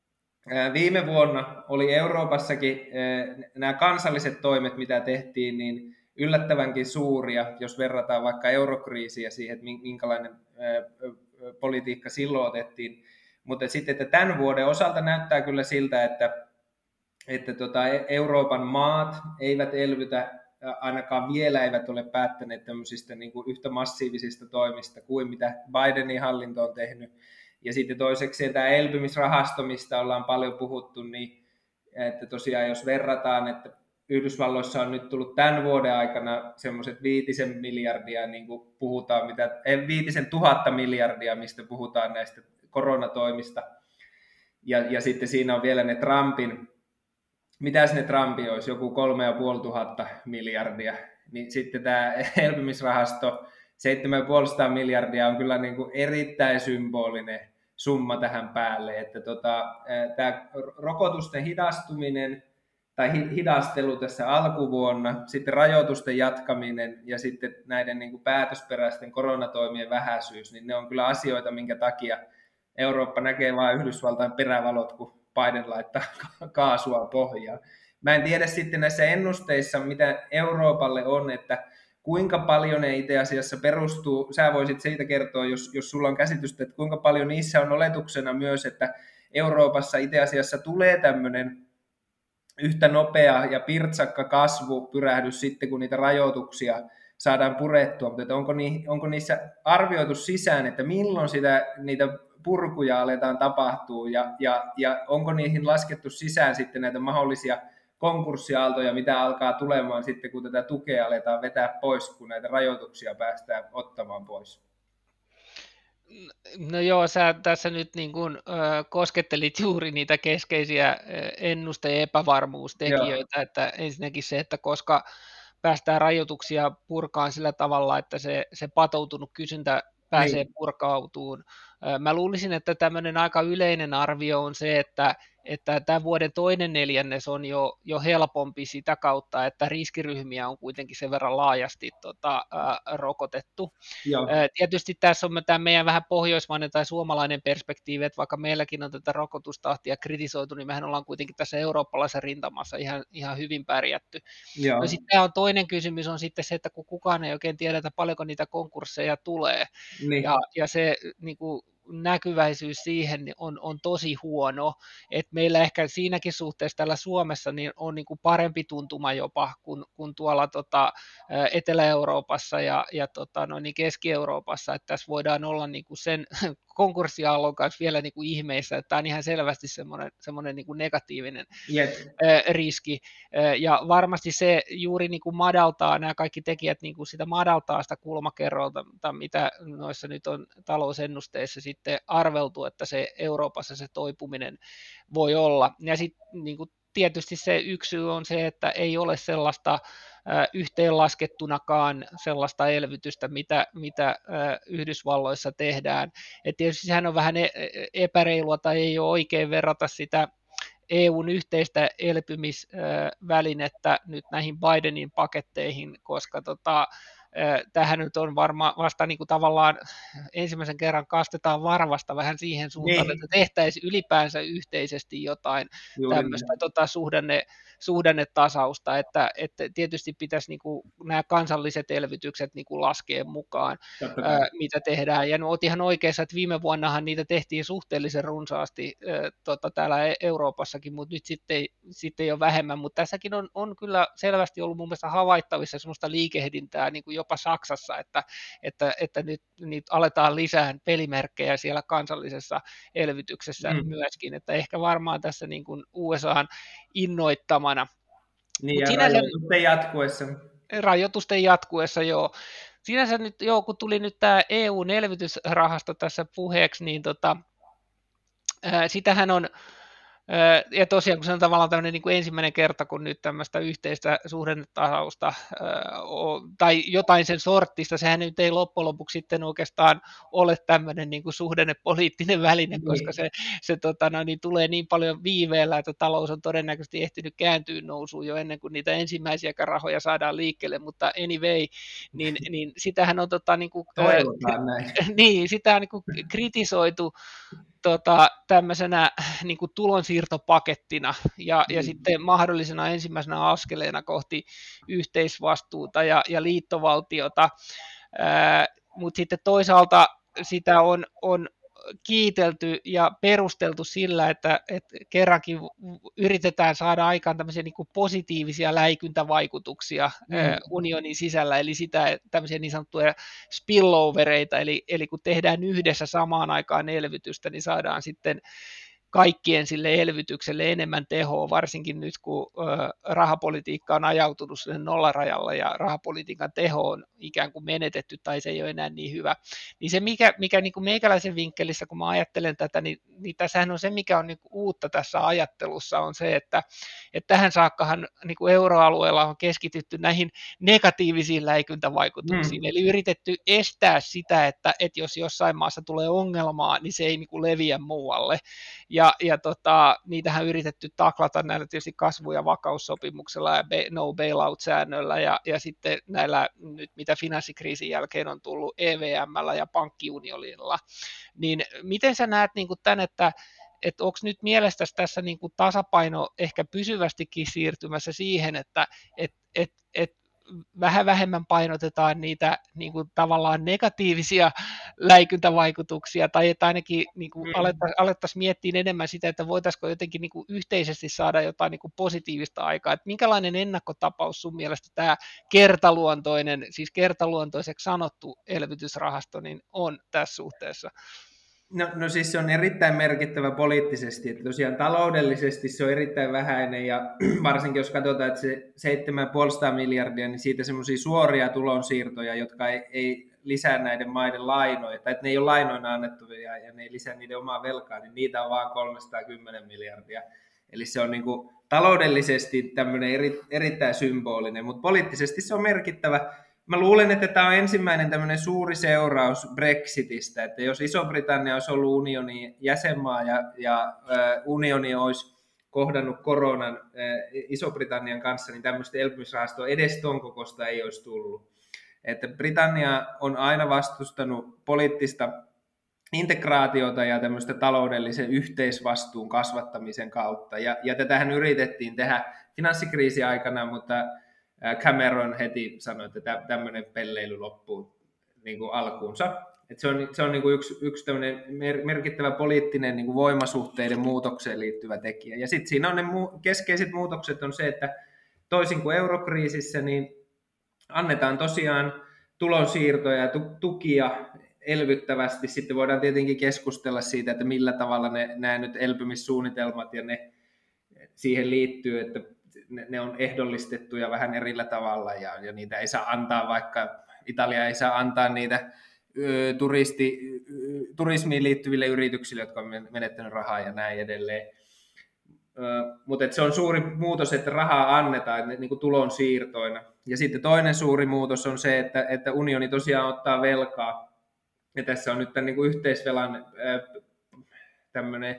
viime vuonna oli Euroopassakin, nämä kansalliset toimet, mitä tehtiin, niin yllättävänkin suuria, jos verrataan vaikka eurokriisiä siihen, että minkälainen politiikka silloin otettiin. Mutta sitten, että tämän vuoden osalta näyttää kyllä siltä, että, että tota Euroopan maat eivät elvytä, ainakaan vielä eivät ole päättäneet tämmöisistä niin kuin yhtä massiivisista toimista kuin mitä Bidenin hallinto on tehnyt. Ja sitten toiseksi tämä elpymisrahasto, mistä ollaan paljon puhuttu, niin että tosiaan jos verrataan, että Yhdysvalloissa on nyt tullut tämän vuoden aikana semmoiset viitisen miljardia, niin kuin puhutaan, mitä, ei, viitisen tuhatta miljardia, mistä puhutaan näistä koronatoimista. Ja, ja sitten siinä on vielä ne Trumpin, mitäs ne Trumpin olisi, joku kolme ja puoli tuhatta miljardia. Niin sitten tämä elpymisrahasto, seitsemän ja puoli miljardia on kyllä niin kuin erittäin symbolinen summa tähän päälle. Että tota, tämä rokotusten hidastuminen, tai hidastelu tässä alkuvuonna, sitten rajoitusten jatkaminen ja sitten näiden niin kuin päätösperäisten koronatoimien vähäisyys, niin ne on kyllä asioita, minkä takia Eurooppa näkee vain Yhdysvaltain perävalot, kun Biden laittaa kaasua pohjaan. Mä en tiedä sitten näissä ennusteissa, mitä Euroopalle on, että kuinka paljon ne itse asiassa perustuu, sä voisit siitä kertoa, jos, jos sulla on käsitystä, että kuinka paljon niissä on oletuksena myös, että Euroopassa itse asiassa tulee tämmöinen yhtä nopea ja pirtsakka kasvupyrähdys sitten, kun niitä rajoituksia saadaan purettua, mutta onko, ni, onko niissä arvioitu sisään, että milloin sitä, niitä purkuja aletaan tapahtua, ja, ja, ja onko niihin laskettu sisään sitten näitä mahdollisia konkurssiaaltoja, mitä alkaa tulemaan sitten, kun tätä tukea aletaan vetää pois, kun näitä rajoituksia päästään ottamaan pois? No joo, sä tässä nyt niin kuin, ö, koskettelit juuri niitä keskeisiä ennuste- ja epävarmuustekijöitä, joo. Että ensinnäkin se, että koska päästään rajoituksia purkaan sillä tavalla, että se, se patoutunut kysyntä pääsee niin purkautumaan. Mä luulisin, että tämmöinen aika yleinen arvio on se, että, että tämän vuoden toinen neljännes on jo, jo helpompi sitä kautta, että riskiryhmiä on kuitenkin sen verran laajasti tota, ää, rokotettu. Ää, tietysti tässä on tämä meidän vähän pohjoismainen tai suomalainen perspektiivi, että vaikka meilläkin on tätä rokotustahtia kritisoitu, niin mehän ollaan kuitenkin tässä eurooppalaisessa rintamassa ihan, ihan hyvin pärjätty. No sitten tämä on toinen kysymys on sitten se, että kun kukaan ei oikein tiedä, että paljonko niitä konkursseja tulee, niin. ja, ja se niin kuin, näkyväisyys siihen on, on tosi huono, että meillä ehkä siinäkin suhteessa täällä Suomessa niin on niin kuin parempi tuntuma jopa kuin, kuin tuolla tota, Etelä-Euroopassa ja, ja tota, no niin Keski-Euroopassa, että tässä voidaan olla niin kuin sen konkurssiaallon kanssa vielä niin kuin ihmeissä, että tämä on ihan selvästi semmoinen, semmoinen niin kuin negatiivinen yes. riski, ja varmasti se juuri niin kuin madaltaa, nämä kaikki tekijät niin kuin sitä madaltaa sitä kulmakerrolta, mitä noissa nyt on talousennusteissa sitten arveltu, että se Euroopassa se toipuminen voi olla. Ja sitten niin kuin tietysti se yksi syy on se, että ei ole sellaista äh, yhteenlaskettunakaan sellaista elvytystä, mitä, mitä äh, Yhdysvalloissa tehdään. Et tietysti sehän on vähän epäreilua tai ei ole oikein verrata sitä E U:n yhteistä elpymisvälinettä nyt näihin Bidenin paketteihin, koska tota, tähän nyt on varmaan vasta niin kuin tavallaan ensimmäisen kerran kastetaan varvasta vähän siihen suuntaan, niin. Että tehtäisiin ylipäänsä yhteisesti jotain Juuri tämmöistä tota, suhdanne, suhdannetasausta, että, että tietysti pitäisi niin kuin nämä kansalliset elvytykset niin kuin laskea mukaan, ää, mitä tehdään. Ja no, olet ihan oikeassa, että viime vuonnahan niitä tehtiin suhteellisen runsaasti ää, tota, täällä Euroopassakin, mutta nyt sitten, sitten jo vähemmän. Mutta tässäkin on, on kyllä selvästi ollut mun mielestä havaittavissa semmoista liikehdintää niin kuin jopa Saksassa, että, että, että nyt, nyt aletaan lisää pelimerkkejä siellä kansallisessa elvytyksessä mm. myöskin, että ehkä varmaan tässä niin kuin U S A:n innoittamana. Niin, Mut ja sinänsä, rajoitusten jatkuessa. Rajoitusten jatkuessa, joo. Sinänsä nyt, joo, kun tuli nyt tämä E U-elvytysrahasto tässä puheeksi, niin tota, ää, sitähän on, ää, ja tosiaan kun se on tavallaan tämmöinen niin kuin ensimmäinen kerta, kun nyt tämmöistä yhteistä suhdannetasausta ää, tai jotain sen sorttista, sehän nyt ei loppujen lopuksi sitten oikeastaan ole tämmöinen niin kuin suhdannepoliittinen väline, mm. koska se, se tota, no, niin tulee niin paljon viiveellä, että talous on todennäköisesti ehtinyt kääntyä nousuun jo ennen kuin niitä ensimmäisiäkään rahoja saadaan liikkeelle, mutta anyway, niin, niin sitähän on tota, niin kuin, ää, niin, sitä on niin kuin kritisoitu Tota, tämmöisenä niin kuin tulonsiirtopakettina ja, mm. ja sitten mahdollisena ensimmäisenä askeleena kohti yhteisvastuuta ja, ja liittovaltiota, mutta sitten toisaalta sitä on, on kiitelty ja perusteltu sillä, että, että kerrankin yritetään saada aikaan tämmöisiä niin kuin positiivisia läikyntävaikutuksia mm. unionin sisällä, eli sitä tämmöisiä niin sanottuja spillovereita, eli, eli kun tehdään yhdessä samaan aikaan elvytystä, niin saadaan sitten kaikkien sille elvytykselle enemmän tehoa, varsinkin nyt kun rahapolitiikka on ajautunut sinne nollarajalla ja rahapolitiikan teho on ikään kuin menetetty tai se ei ole enää niin hyvä. Niin se mikä, mikä niin kuin meikäläisen vinkkelissä, kun mä ajattelen tätä, niin, niin tässähän on se, mikä on niin kuin uutta tässä ajattelussa, on se, että, että tähän saakkahan niin kuin euroalueella on keskitytty näihin negatiivisiin läikyntävaikutuksiin, mm. eli yritetty estää sitä, että, että jos jossain maassa tulee ongelmaa, niin se ei niin kuin leviä muualle. Ja, ja tota, niitähän on yritetty taklata näillä tietysti kasvu- ja vakaussopimuksella ja no bailout-säännöllä ja, ja sitten näillä nyt, mitä finanssikriisin jälkeen on tullut E V M:llä ja pankkiunionilla. Niin miten sä näet niin kuin tämän, että että onko nyt mielestäsi tässä niin kuin tasapaino ehkä pysyvästikin siirtymässä siihen, että et, et, et vähän vähemmän painotetaan niitä niin kuin tavallaan negatiivisia läikyntävaikutuksia, tai että ainakin niin kuin mm. alettaisiin alettaisi miettiä enemmän sitä, että voitaisiinko jotenkin niin kuin yhteisesti saada jotain niin kuin positiivista aikaa. Että minkälainen ennakkotapaus sun mielestä tämä kertaluontoinen, siis kertaluontoiseksi sanottu elvytysrahasto niin on tässä suhteessa? No, no siis se on erittäin merkittävä poliittisesti, että tosiaan taloudellisesti se on erittäin vähäinen ja varsinkin jos katsotaan, että se seitsemän pilkku viisi miljardia, niin siitä semmoisia suoria tulonsiirtoja, jotka ei, ei lisää näiden maiden lainoja, tai että ne ei ole lainoina annettavia ja ne ei lisää niiden omaa velkaa, niin niitä on vaan kolmesataakymmenen miljardia. Eli se on niin kuin taloudellisesti tämmöinen eri, erittäin symbolinen, mutta poliittisesti se on merkittävä. Mä luulen, että tämä on ensimmäinen tämmöinen suuri seuraus Brexitistä, että jos Iso-Britannia olisi ollut unionin jäsenmaa ja, ja äh, unioni olisi kohdannut koronan äh, Iso-Britannian kanssa, niin tämmöistä elpymisrahastoa edes ton kokosta ei olisi tullut. Että Britannia on aina vastustanut poliittista integraatiota ja tämmöistä taloudellisen yhteisvastuun kasvattamisen kautta, ja, ja tätähän yritettiin tehdä finanssikriisin aikana, mutta Cameron heti sanoi, että tämmöinen pelleily loppuu niin kuin alkuunsa. Että se on, se on niin kuin yksi, yksi tämmöinen merkittävä poliittinen niin kuin voimasuhteiden muutokseen liittyvä tekijä. Ja sitten siinä on ne mu- keskeiset muutokset on se, että toisin kuin eurokriisissä, niin annetaan tosiaan tulonsiirtoja ja tukia elvyttävästi. Sitten voidaan tietenkin keskustella siitä, että millä tavalla ne, nämä nyt elpymissuunnitelmat ja ne siihen liittyy, että ne on ehdollistettuja vähän erillä tavalla ja, ja niitä ei saa antaa, vaikka Italia ei saa antaa niitä ö, turisti, ö, turismiin liittyville yrityksille, jotka on menettänyt rahaa ja näin edelleen. Ö, mutta se on suuri muutos, että rahaa annetaan niin kuin tulonsiirtoina. Ja sitten toinen suuri muutos on se, että, että unioni tosiaan ottaa velkaa. Ja tässä on nyt tämän niin kuin yhteisvelan ö, tämmöinen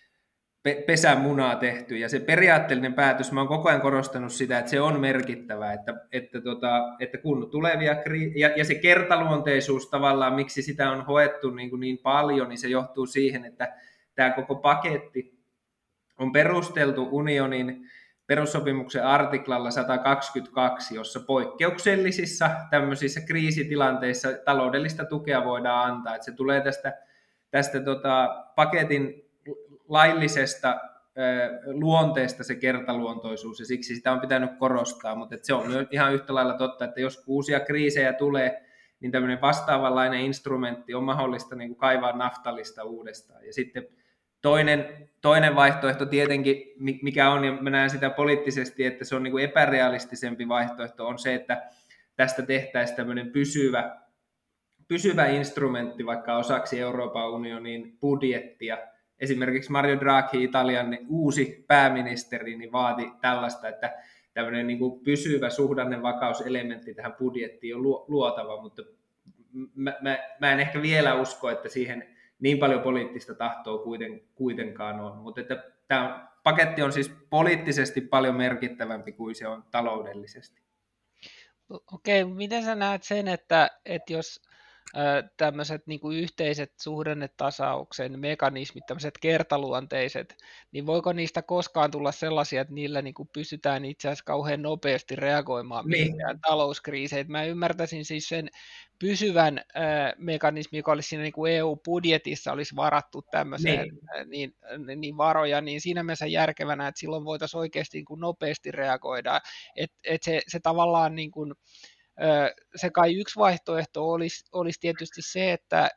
pesämunaa tehty, ja se periaatteellinen päätös, mä oon koko ajan korostanut sitä, että se on merkittävä, että, että, tota, että kun tulevia, kri- ja, ja se kertaluonteisuus tavallaan, miksi sitä on hoettu niin, kuin niin paljon, niin se johtuu siihen, että tämä koko paketti on perusteltu unionin perussopimuksen artiklalla sata kaksikymmentäkaksi, jossa poikkeuksellisissa tämmöisissä kriisitilanteissa taloudellista tukea voidaan antaa, että se tulee tästä, tästä tota, paketin laillisesta luonteesta se kertaluontoisuus, ja siksi sitä on pitänyt korostaa, mutta se on myös ihan yhtä lailla totta, että jos uusia kriisejä tulee, niin tämmöinen vastaavanlainen instrumentti on mahdollista niin kuin kaivaa naftalista uudestaan. Ja sitten toinen, toinen vaihtoehto tietenkin, mikä on, ja mä näen sitä poliittisesti, että se on niin kuin epärealistisempi vaihtoehto, on se, että tästä tehtäisiin tämmöinen pysyvä, pysyvä instrumentti vaikka osaksi Euroopan unionin budjettia. Esimerkiksi Mario Draghi, Italian uusi pääministeri, niin vaati tällaista, että tämmöinen niin kuin pysyvä suhdannevakauselementti tähän budjettiin on luotava, mutta mä, mä, mä en ehkä vielä usko, että siihen niin paljon poliittista tahtoa kuiten, kuitenkaan on, mutta että tämä paketti on siis poliittisesti paljon merkittävämpi kuin se on taloudellisesti. Okei, miten sä näet sen, että, että jos tämmöiset niin kuin yhteiset suhdannetasauksen mekanismit, tämmöiset kertaluonteiset, niin voiko niistä koskaan tulla sellaisia, että niillä niin kuin pystytään itse asiassa kauhean nopeasti reagoimaan mihinkään niin. talouskriiseihin? Mä ymmärtäisin siis sen pysyvän äh, mekanismi, joka olisi siinä niin kuin E U-budjetissa olisi varattu tämmöiseen niin. Äh, niin, niin varoja, niin siinä mielessä järkevänä, että silloin voitaisiin oikeasti niin kuin nopeasti reagoida, että et se, se tavallaan niin kuin se kai yksi vaihtoehto olisi, olisi tietysti se, että,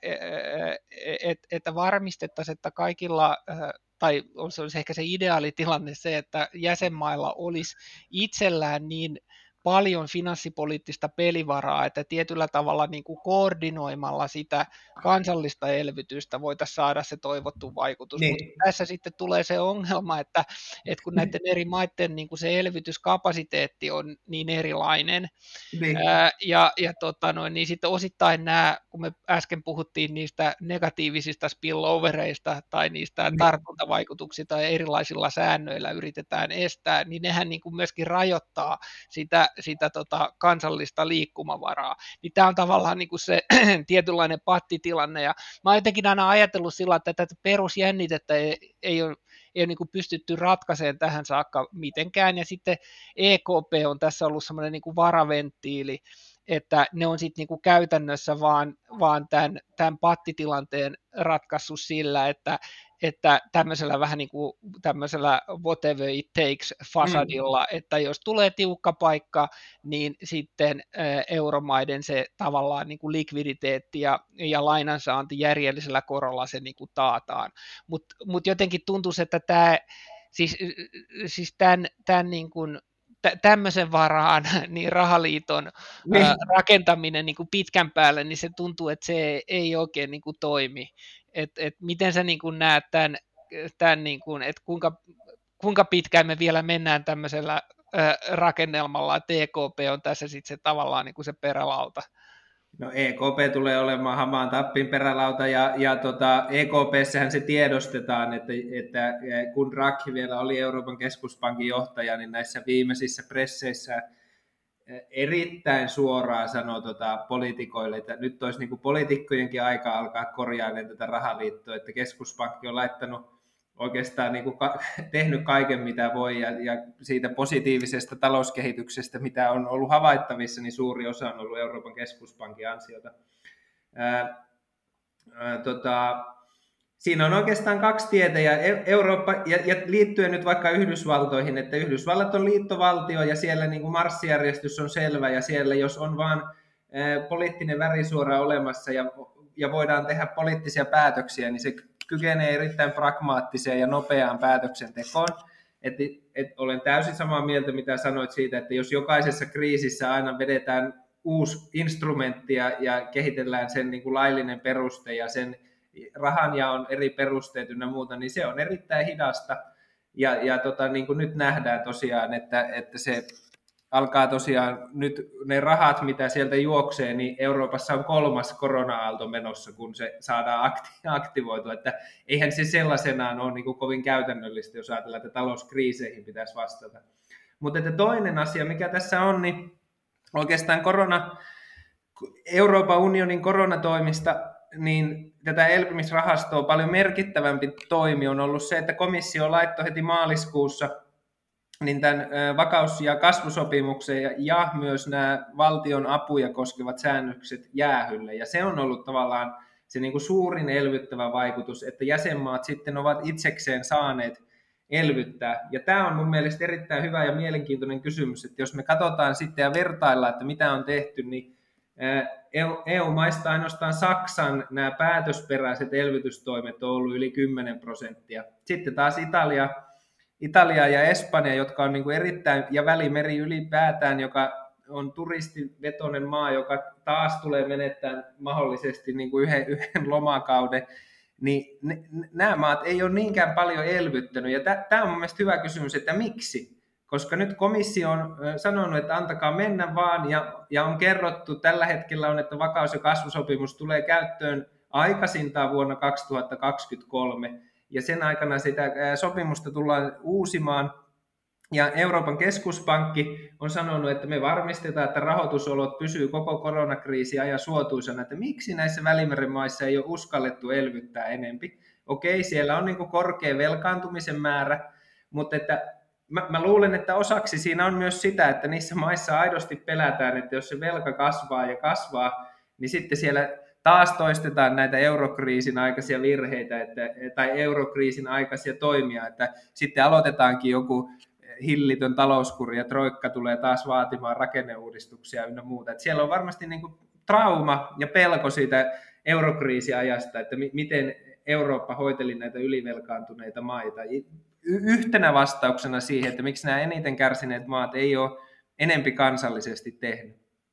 että, että varmistettaisiin, että kaikilla, tai se olisi ehkä se ideaalitilanne se, että jäsenmailla olisi itsellään niin paljon finanssipoliittista pelivaraa, että tietyllä tavalla niin kuin koordinoimalla sitä kansallista elvytystä voitaisiin saada se toivottu vaikutus. Niin. Mutta tässä sitten tulee se ongelma, että, että kun näiden eri maiden niin kuin se elvytyskapasiteetti on niin erilainen, niin. Ää, ja, ja tota noin, niin sitten osittain nämä, kun me äsken puhuttiin niistä negatiivisista spillovereista tai niistä niin. tartuntavaikutuksista ja erilaisilla säännöillä yritetään estää, niin nehän niin kuin myöskin rajoittaa sitä sitä tota kansallista liikkumavaraa, niin tämä on tavallaan niin kuin se tietynlainen pattitilanne, ja mä oon jotenkin aina ajatellut sillä, että tätä perusjännitettä ei, ei ole, ei ole niin kuin pystytty ratkaisemaan tähän saakka mitenkään, ja sitten E K P on tässä ollut semmoinen niin kuin varaventtiili, että ne on sitten niinku käytännössä vaan, vaan tämän, tämän pattitilanteen ratkaissut sillä, että, että tämmöisellä vähän niin kuin tämmöisellä whatever it takes fasadilla, mm. että jos tulee tiukka paikka, niin sitten euromaiden se tavallaan niin kuin likviditeetti ja, ja lainansaanti järjellisellä korolla se niin kuin taataan. Mutta mut jotenkin tuntuisi, että tämä, siis, siis tämän, tämän niin kuin tämmöisen varaan niin rahaliiton niin. Ää, rakentaminen niin kuin pitkän päälle, niin se tuntuu, että se ei oikein niin kuin toimi. Et, et miten sä niin kuin näet tämän, tämän niin kuin, että kuinka, kuinka pitkään me vielä mennään tämmöisellä ää, rakennelmalla, että E K P on tässä sitten se tavallaan niin kuin se perälauta? No E K P tulee olemaan hamaan tappin perälauta, ja, ja tota, E K P:ssähän se tiedostetaan, että, että kun Draghi vielä oli Euroopan keskuspankin johtaja, niin näissä viimeisissä presseissä erittäin suoraan sanoi tota, poliitikoille, että nyt olisi niin kuin poliitikkojenkin aika alkaa korjailemaan tätä rahaliittoa, että keskuspankki on laittanut oikeastaan niin kuin ka- tehnyt kaiken, mitä voi, ja, ja siitä positiivisesta talouskehityksestä, mitä on ollut havaittavissa, niin suuri osa on ollut Euroopan keskuspankin ansiota. Ää, ää, tota, siinä on oikeastaan kaksi tietä, ja Eurooppa, ja, ja liittyen nyt vaikka Yhdysvaltoihin, että Yhdysvallat on liittovaltio, ja siellä niin kuin marssijärjestys on selvä, ja siellä jos on vaan ää, poliittinen värisuora olemassa, ja, ja voidaan tehdä poliittisia päätöksiä, niin se kykenee erittäin pragmaattiseen ja nopeaan päätöksentekoon. Et, et olen täysin samaa mieltä, mitä sanoit siitä, että jos jokaisessa kriisissä aina vedetään uusi instrumentti ja, ja kehitellään sen niin kuin laillinen peruste ja sen rahanjaon eri perusteet ynnä muuta, niin se on erittäin hidasta. Ja, ja tota, niin kuin nyt nähdään tosiaan, että, että se alkaa tosiaan nyt ne rahat, mitä sieltä juoksee, niin Euroopassa on kolmas korona-aalto menossa, kun se saadaan aktivoitua. Että eihän se sellaisenaan ole niin kuin kovin käytännöllistä, jos ajatellaan, että talouskriiseihin pitäisi vastata. Mutta että toinen asia, mikä tässä on, niin oikeastaan korona, Euroopan unionin koronatoimista, niin tätä elpymisrahastoa paljon merkittävämpi toimi on ollut se, että komissio laittoi heti maaliskuussa niin tämän vakaus- ja kasvusopimuksen ja, ja myös nämä valtion apuja koskevat säännökset jäähylle. Ja se on ollut tavallaan se niin kuin suurin elvyttävä vaikutus, että jäsenmaat sitten ovat itsekseen saaneet elvyttää. Ja tämä on mun mielestä erittäin hyvä ja mielenkiintoinen kysymys, että jos me katsotaan sitten ja vertaillaan, että mitä on tehty, niin E U-maista ainoastaan Saksan nämä päätösperäiset elvytystoimet on ollut yli kymmenen prosenttia. Sitten taas Italia, Italia ja Espanja, jotka on niin kuin erittäin, ja Välimeri ylipäätään, joka on turistivetoinen maa, joka taas tulee menettämään mahdollisesti niin kuin yhden, yhden lomakauden, niin ne, nämä maat ei ole niinkään paljon elvyttänyt. Ja tämä on mun mielestä hyvä kysymys, että miksi? Koska nyt komissio on sanonut, että antakaa mennä vaan, ja, ja on kerrottu, tällä hetkellä on, että vakaus- ja kasvusopimus tulee käyttöön aikaisintaan vuonna kaksituhattakaksikymmentäkolme, ja sen aikana sitä sopimusta tullaan uusimaan, ja Euroopan keskuspankki on sanonut, että me varmistetaan, että rahoitusolot pysyy koko koronakriisi ajan suotuisana, että miksi näissä Välimeren maissa ei ole uskallettu elvyttää enempi. Okei, siellä on niin kuin korkea velkaantumisen määrä, mutta että mä, mä luulen, että osaksi siinä on myös sitä, että niissä maissa aidosti pelätään, että jos se velka kasvaa ja kasvaa, niin sitten siellä taas toistetaan näitä eurokriisin aikaisia virheitä että, tai eurokriisin aikaisia toimia, että sitten aloitetaankin joku hillitön talouskuri ja troikka tulee taas vaatimaan rakenneuudistuksia ynnä muuta. Että siellä on varmasti niin kuin trauma ja pelko siitä eurokriisiajasta, että mi- miten Eurooppa hoiteli näitä ylivelkaantuneita maita. Y- yhtenä vastauksena siihen, että miksi nämä eniten kärsineet maat ei ole enempi kansallisesti tehnyt.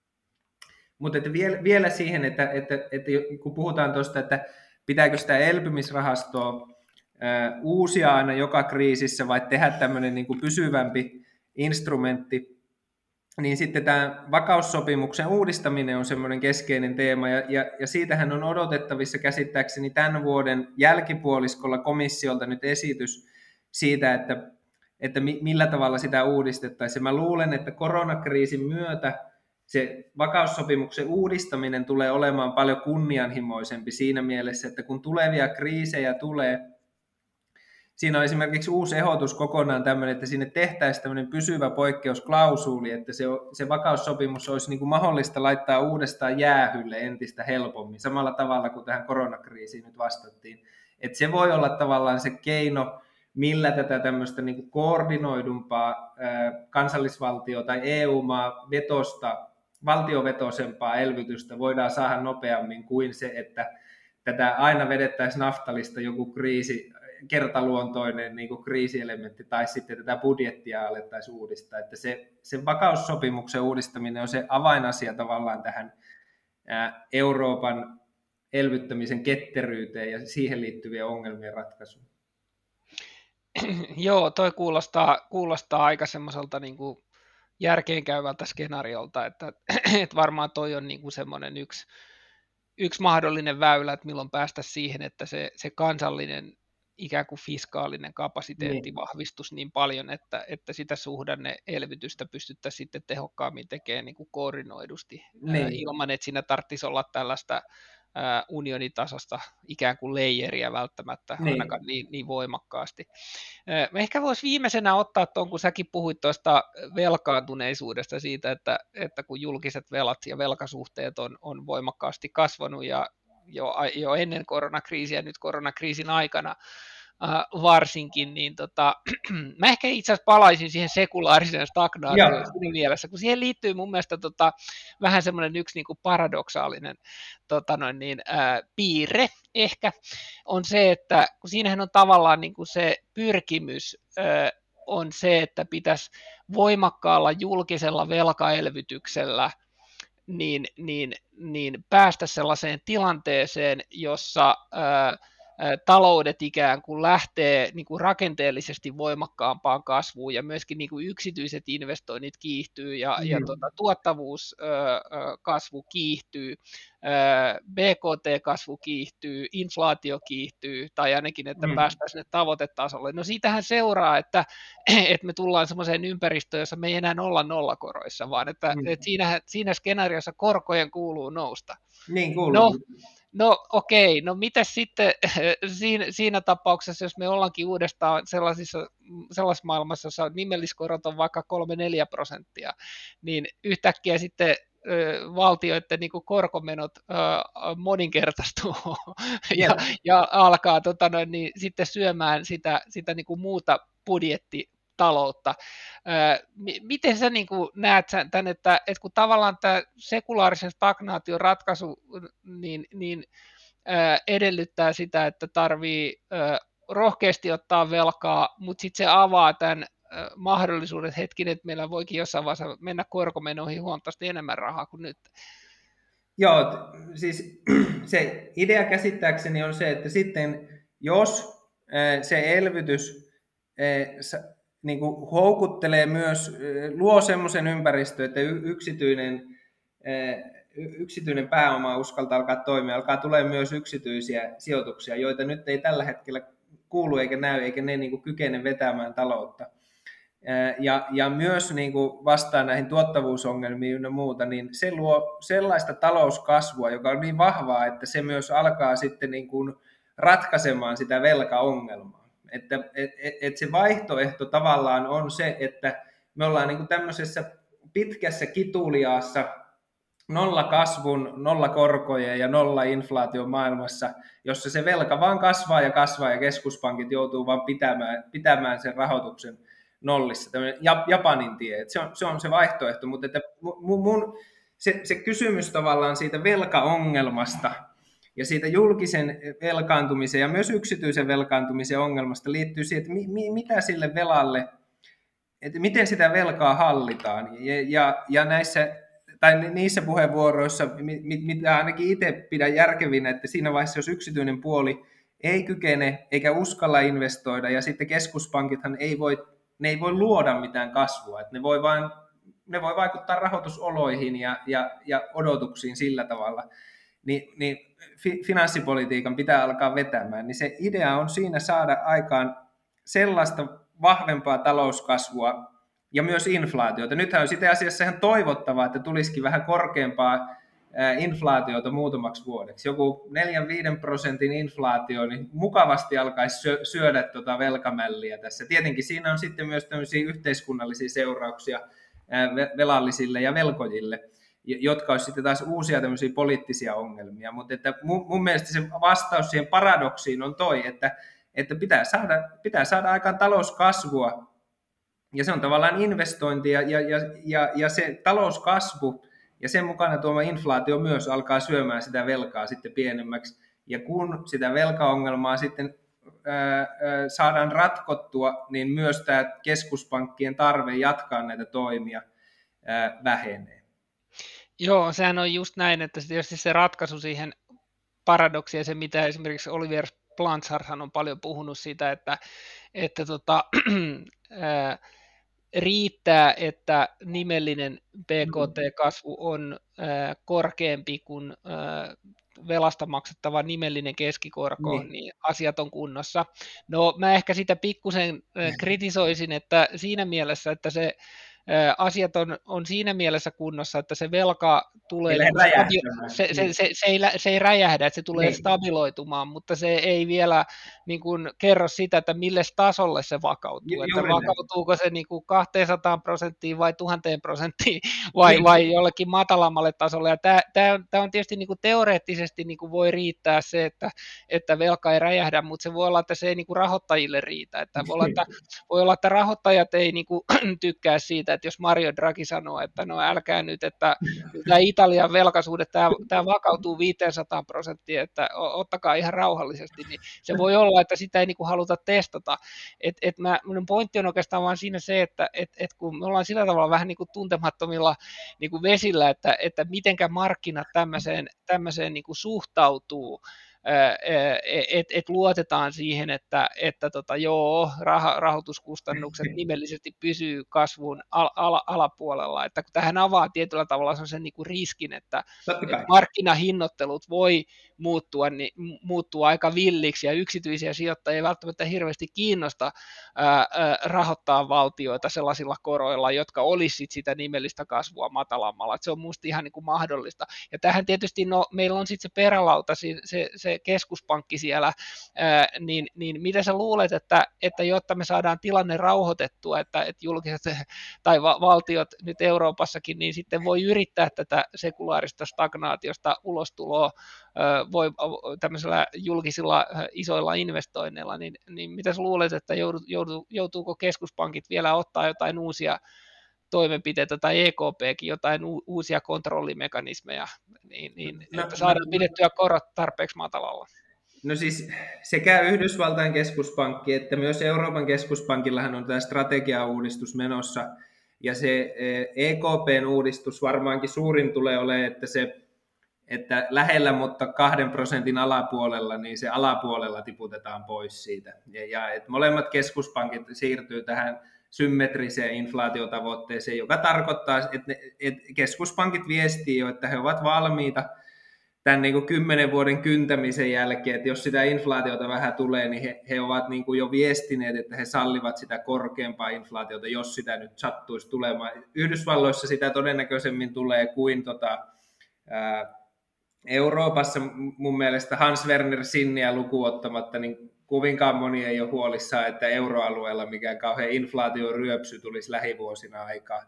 Mutta että vielä, vielä siihen, että, että, että kun puhutaan tuosta, että pitääkö sitä elpymisrahastoa uusia aina joka kriisissä vai tehdä tämmöinen niin kuin pysyvämpi instrumentti, niin sitten tämä vakaussopimuksen uudistaminen on semmoinen keskeinen teema, ja, ja, ja siitähän on odotettavissa käsittääkseni tämän vuoden jälkipuoliskolla komissiolta nyt esitys siitä, että, että millä tavalla sitä uudistettaisiin. Mä luulen, että koronakriisin myötä se vakaussopimuksen uudistaminen tulee olemaan paljon kunnianhimoisempi siinä mielessä, että kun tulevia kriisejä tulee, siinä on esimerkiksi uusi ehdotus kokonaan tämmöinen, että sinne tehtäisiin tämmöinen pysyvä poikkeusklausuuli, että se, se vakaussopimus olisi niin kuin mahdollista laittaa uudestaan jäähylle entistä helpommin, samalla tavalla kuin tähän koronakriisiin nyt vastattiin. Että se voi olla tavallaan se keino, millä tätä tämmöistä niin kuin koordinoidumpaa kansallisvaltio- tai E U-maa vetosta, valtiovetoisempaa elvytystä voidaan saada nopeammin kuin se, että tätä aina vedettäisiin naftalista joku kriisi, kertaluontoinen niin kuin kriisielementti, tai sitten tätä budjettia alettaisiin uudistaa. Että se, se vakaussopimuksen uudistaminen on se avainasia tavallaan tähän ää, Euroopan elvyttämisen ketteryyteen ja siihen liittyvien ongelmien ratkaisuun. Joo, toi kuulostaa, kuulostaa aika semmoiselta niin kuin järkeenkäyvältä skenaariolta, että, että varmaan toi on niin kuin semmoinen yksi, yksi mahdollinen väylä, että milloin päästä siihen, että se, se kansallinen ikään kuin fiskaalinen kapasiteetti niin vahvistus niin paljon, että, että sitä suhdanne-elvytystä pystyttäisiin sitten tehokkaammin tekemään niin kuin koordinoidusti niin ää, ilman, että siinä tarvitsisi olla tällaista ää, unionitasosta ikään kuin leijeriä välttämättä niin ainakaan niin, niin voimakkaasti. Ää, ehkä voisi viimeisenä ottaa tuon, kun säkin puhuit tuosta velkaantuneisuudesta siitä, että, että kun julkiset velat ja velkasuhteet on, on voimakkaasti kasvanut ja Jo, jo ennen koronakriisiä, nyt koronakriisin aikana äh, varsinkin, niin tota, mä ehkä itse asiassa palaisin siihen sekulaariseen stagnaatioon siinä mielessä, kun siihen liittyy mun mielestä tota, vähän semmoinen yksi niin kuin paradoksaalinen tota noin niin, äh, piirre ehkä, on se, että kun siinähän on tavallaan niin kuin se pyrkimys äh, on se, että pitäisi voimakkaalla julkisella velkaelvytyksellä Niin, niin, niin päästä sellaiseen tilanteeseen, jossa ää, ää, taloudet ikään kuin lähtee niin kuin rakenteellisesti voimakkaampaan kasvuun ja myöskin niin kuin yksityiset investoinnit kiihtyy ja, mm. ja tuota, tuottavuuskasvu kiihtyy, ää, B K T-kasvu kiihtyy, inflaatio kiihtyy tai ainakin, että mm. päästään sinne tavoitetasolle. No siitähän seuraa, että, että me tullaan sellaiseen ympäristöön, jossa me ei enää olla nollakoroissa, vaan että, mm. että siinä, siinä skenaariossa korkojen kuuluu nousta. Niin kuuluu. No, no okei, no mitäs sitten siinä, siinä tapauksessa, jos me ollaankin uudestaan sellaisissa, sellaisessa maailmassa, jossa nimelliskorot on vaikka kolme neljä prosenttia, niin yhtäkkiä sitten valtioiden niin kuin korkomenot äh, moninkertaistuu ja, ja alkaa tota noin, niin, sitten syömään sitä, sitä niin kuin muuta budjettitaloutta. Miten sä niin kuin näet tämän, että, että kun tavallaan tämä sekulaarisen stagnaation ratkaisu niin, niin edellyttää sitä, että tarvii rohkeasti ottaa velkaa, mutta sitten se avaa tämän mahdollisuudet hetkinen, että meillä voikin jossain vaiheessa mennä korkomenoihin huomattavasti enemmän rahaa kuin nyt. Joo, siis se idea käsittääkseni on se, että sitten jos se elvytys niin kuin houkuttelee myös, luo semmoisen ympäristön, että yksityinen, yksityinen pääoma uskaltaa alkaa toimia, alkaa tulee myös yksityisiä sijoituksia, joita nyt ei tällä hetkellä kuulu eikä näy, eikä ne niin kuin kykene vetämään taloutta. Ja, ja myös niin kuin vastaa näihin tuottavuusongelmiin ja muuta, niin se luo sellaista talouskasvua, joka on niin vahvaa, että se myös alkaa sitten niin kuin ratkaisemaan sitä velkaongelmaa. Että et, et, et se vaihtoehto tavallaan on se, että me ollaan niin kuin tämmöisessä pitkässä kituliaassa nolla kasvun, nolla korkojen ja nolla inflaation maailmassa, jossa se velka vaan kasvaa ja kasvaa ja keskuspankit joutuu vaan pitämään, pitämään sen rahoituksen nollissa, tämmöinen Japanin tie, että se, on, se on se vaihtoehto, mutta että mun, mun, se, se kysymys tavallaan siitä velkaongelmasta ja siitä julkisen velkaantumisen ja myös yksityisen velkaantumisen ongelmasta liittyy siihen, että mi, mi, mitä sille velalle, että miten sitä velkaa hallitaan ja, ja, ja näissä tai niissä puheenvuoroissa, mitä ainakin itse pidän järkevinä, että siinä vaiheessa, jos yksityinen puoli ei kykene eikä uskalla investoida ja sitten keskuspankithan ei voi ne ei voi luoda mitään kasvua, että ne voi vain, ne voi vaikuttaa rahoitusoloihin ja, ja, ja odotuksiin sillä tavalla, niin, niin fi, finanssipolitiikan pitää alkaa vetämään, niin se idea on siinä saada aikaan sellaista vahvempaa talouskasvua ja myös inflaatiota. Nythän on sitten asiassa ihan toivottavaa, että tulisikin vähän korkeampaa inflaatiota muutamaksi vuodeksi. Joku neljän viiden prosentin inflaatio, niin mukavasti alkaisi syödä tuota velkamälliä tässä. Tietenkin siinä on sitten myös tämmöisiä yhteiskunnallisia seurauksia velallisille ja velkojille, jotka olisi sitten taas uusia tämmöisiä poliittisia ongelmia. Mutta että mun, mun mielestä se vastaus siihen paradoksiin on toi, että, että pitää, saada, pitää saada aikaan talouskasvua, ja se on tavallaan investointi, ja, ja, ja, ja se talouskasvu, ja sen mukana tuoma inflaatio myös alkaa syömään sitä velkaa sitten pienemmäksi. Ja kun sitä velkaongelmaa sitten ää, ää, saadaan ratkottua, niin myös tämä keskuspankkien tarve jatkaa näitä toimia ää, vähenee. Joo, sehän on just näin, että tietysti se ratkaisu siihen paradoksiin, se mitä esimerkiksi Olivier Blanchard on paljon puhunut siitä, että, että tota, ää, riittää, että nimellinen B K T-kasvu on äh, korkeampi kuin äh, velasta maksettava nimellinen keskikorko, niin. niin asiat on kunnossa. No mä ehkä sitä pikkusen äh, kritisoisin, että siinä mielessä, että se äh, asiat on, on siinä mielessä kunnossa, että se velka tulee, niin stabi- se, se, se, se, ei, se ei räjähdä, että se tulee niin stabiloitumaan, mutta se ei vielä niin kuin, kerro sitä, että mille tasolle se vakautuu, Ju, että vakautuuko se niin kuin kaksisataa prosenttia vai tuhanteen prosenttiin vai, niin. vai jollekin matalammalle tasolle, ja tämä, tämä, tämä on tietysti niin kuin teoreettisesti niin kuin voi riittää se, että, että velka ei räjähdä, mutta se voi olla, että se ei niin kuin rahoittajille riitä, että voi olla, että, voi olla, että rahoittajat ei niin kuin, tykkää siitä, että jos Mario Draghi sanoo, että no älkää nyt, että tämä Italian velkaisuhde, tämä, tämä vakautuu viisisataa prosenttia, että ottakaa ihan rauhallisesti, niin se voi olla, että sitä ei niin kuin haluta testata. Et, et mä, mun pointti on oikeastaan vaan siinä se, että et, et kun me ollaan sillä tavalla vähän niin kuin tuntemattomilla niin kuin vesillä, että, että mitenkä markkinat tämmöiseen, tämmöiseen niin kuin suhtautuu, että et luotetaan siihen, että, että tota, joo, rah, rahoituskustannukset nimellisesti pysyy kasvun al, al, alapuolella, että kun tähän avaa tietyllä tavalla sen niin kuin riskin, että, että markkinahinnoittelut voi muuttua, niin, muuttua aika villiksi, ja yksityisiä sijoittajia ei välttämättä hirveästi kiinnosta ää, ää, rahoittaa valtioita sellaisilla koroilla, jotka olisi sitä nimellistä kasvua matalammalla, että se on musta ihan niin kuin mahdollista, ja tähän tietysti, no, meillä on sitten se perälauta, se, se keskuspankki siellä, ää, niin, niin mitä sä luulet, että, että jotta me saadaan tilanne rauhoitettua, että, että julkiset tai va- valtiot nyt Euroopassakin, niin sitten voi yrittää tätä sekulaarista stagnaatiosta ulostuloa voi tämmöisellä julkisilla isoilla investoinneilla, niin, niin mitä sä luulet, että joudu, joudu, joutuuko keskuspankit vielä ottaa jotain uusia toimenpiteitä tai E K P:kin jotain u- uusia kontrollimekanismeja, niin, niin No, että no, saadaan pidettyä korot tarpeeksi matalalla? no siis sekä Yhdysvaltain keskuspankki että myös Euroopan keskuspankillahan on tämä strategiauudistus menossa, ja se E K P:n uudistus varmaankin suurin tulee olemaan, että se että lähellä, mutta kahden prosentin alapuolella, niin se alapuolella tiputetaan pois siitä. Ja, ja että molemmat keskuspankit siirtyy tähän symmetriseen inflaatiotavoitteeseen, joka tarkoittaa, että, ne, että keskuspankit viestii jo, että he ovat valmiita tämän niin kuin kymmenen vuoden kyntämisen jälkeen, että jos sitä inflaatiota vähän tulee, niin he, he ovat niin kuin jo viestineet, että he sallivat sitä korkeampaa inflaatiota, jos sitä nyt sattuisi tulemaan. Yhdysvalloissa sitä todennäköisemmin tulee kuin tota, ää, Euroopassa mun mielestä Hans Werner Sinniä lukuun ottamatta, niin kovinkaan moni ei ole huolissaan, että euroalueella mikään kauhean inflaatioryöpsy tulisi lähivuosina aikaan.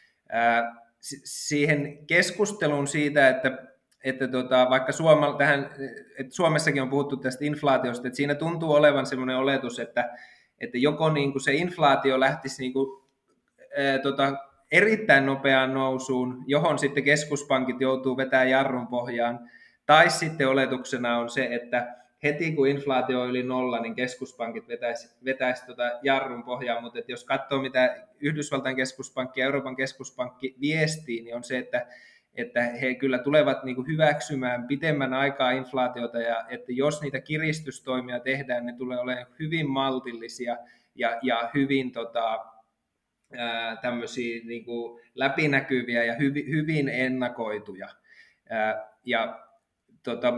Ää, siihen keskusteluun siitä, että, että tota, vaikka Suoma, tähän, että Suomessakin on puhuttu tästä inflaatiosta, että siinä tuntuu olevan sellainen oletus, että, että joko niin kuin se inflaatio lähtisi niin kuin, ää, tota, erittäin nopeaan nousuun, johon sitten keskuspankit joutuu vetämään jarrun pohjaan, tai sitten oletuksena on se, että heti kun inflaatio on yli nolla, niin keskuspankit vetäisi, vetäisi tuota jarrun pohjaan, mutta jos katsoo, mitä Yhdysvaltain keskuspankki ja Euroopan keskuspankki viestii, niin on se, että, että he kyllä tulevat niin kuin hyväksymään pitemmän aikaa inflaatiota, ja että jos niitä kiristystoimia tehdään, ne tulee olemaan hyvin maltillisia ja, ja hyvin tota, ää, tämmöisiä niin kuin läpinäkyviä ja hyvi, hyvin ennakoituja. Ää, ja tota,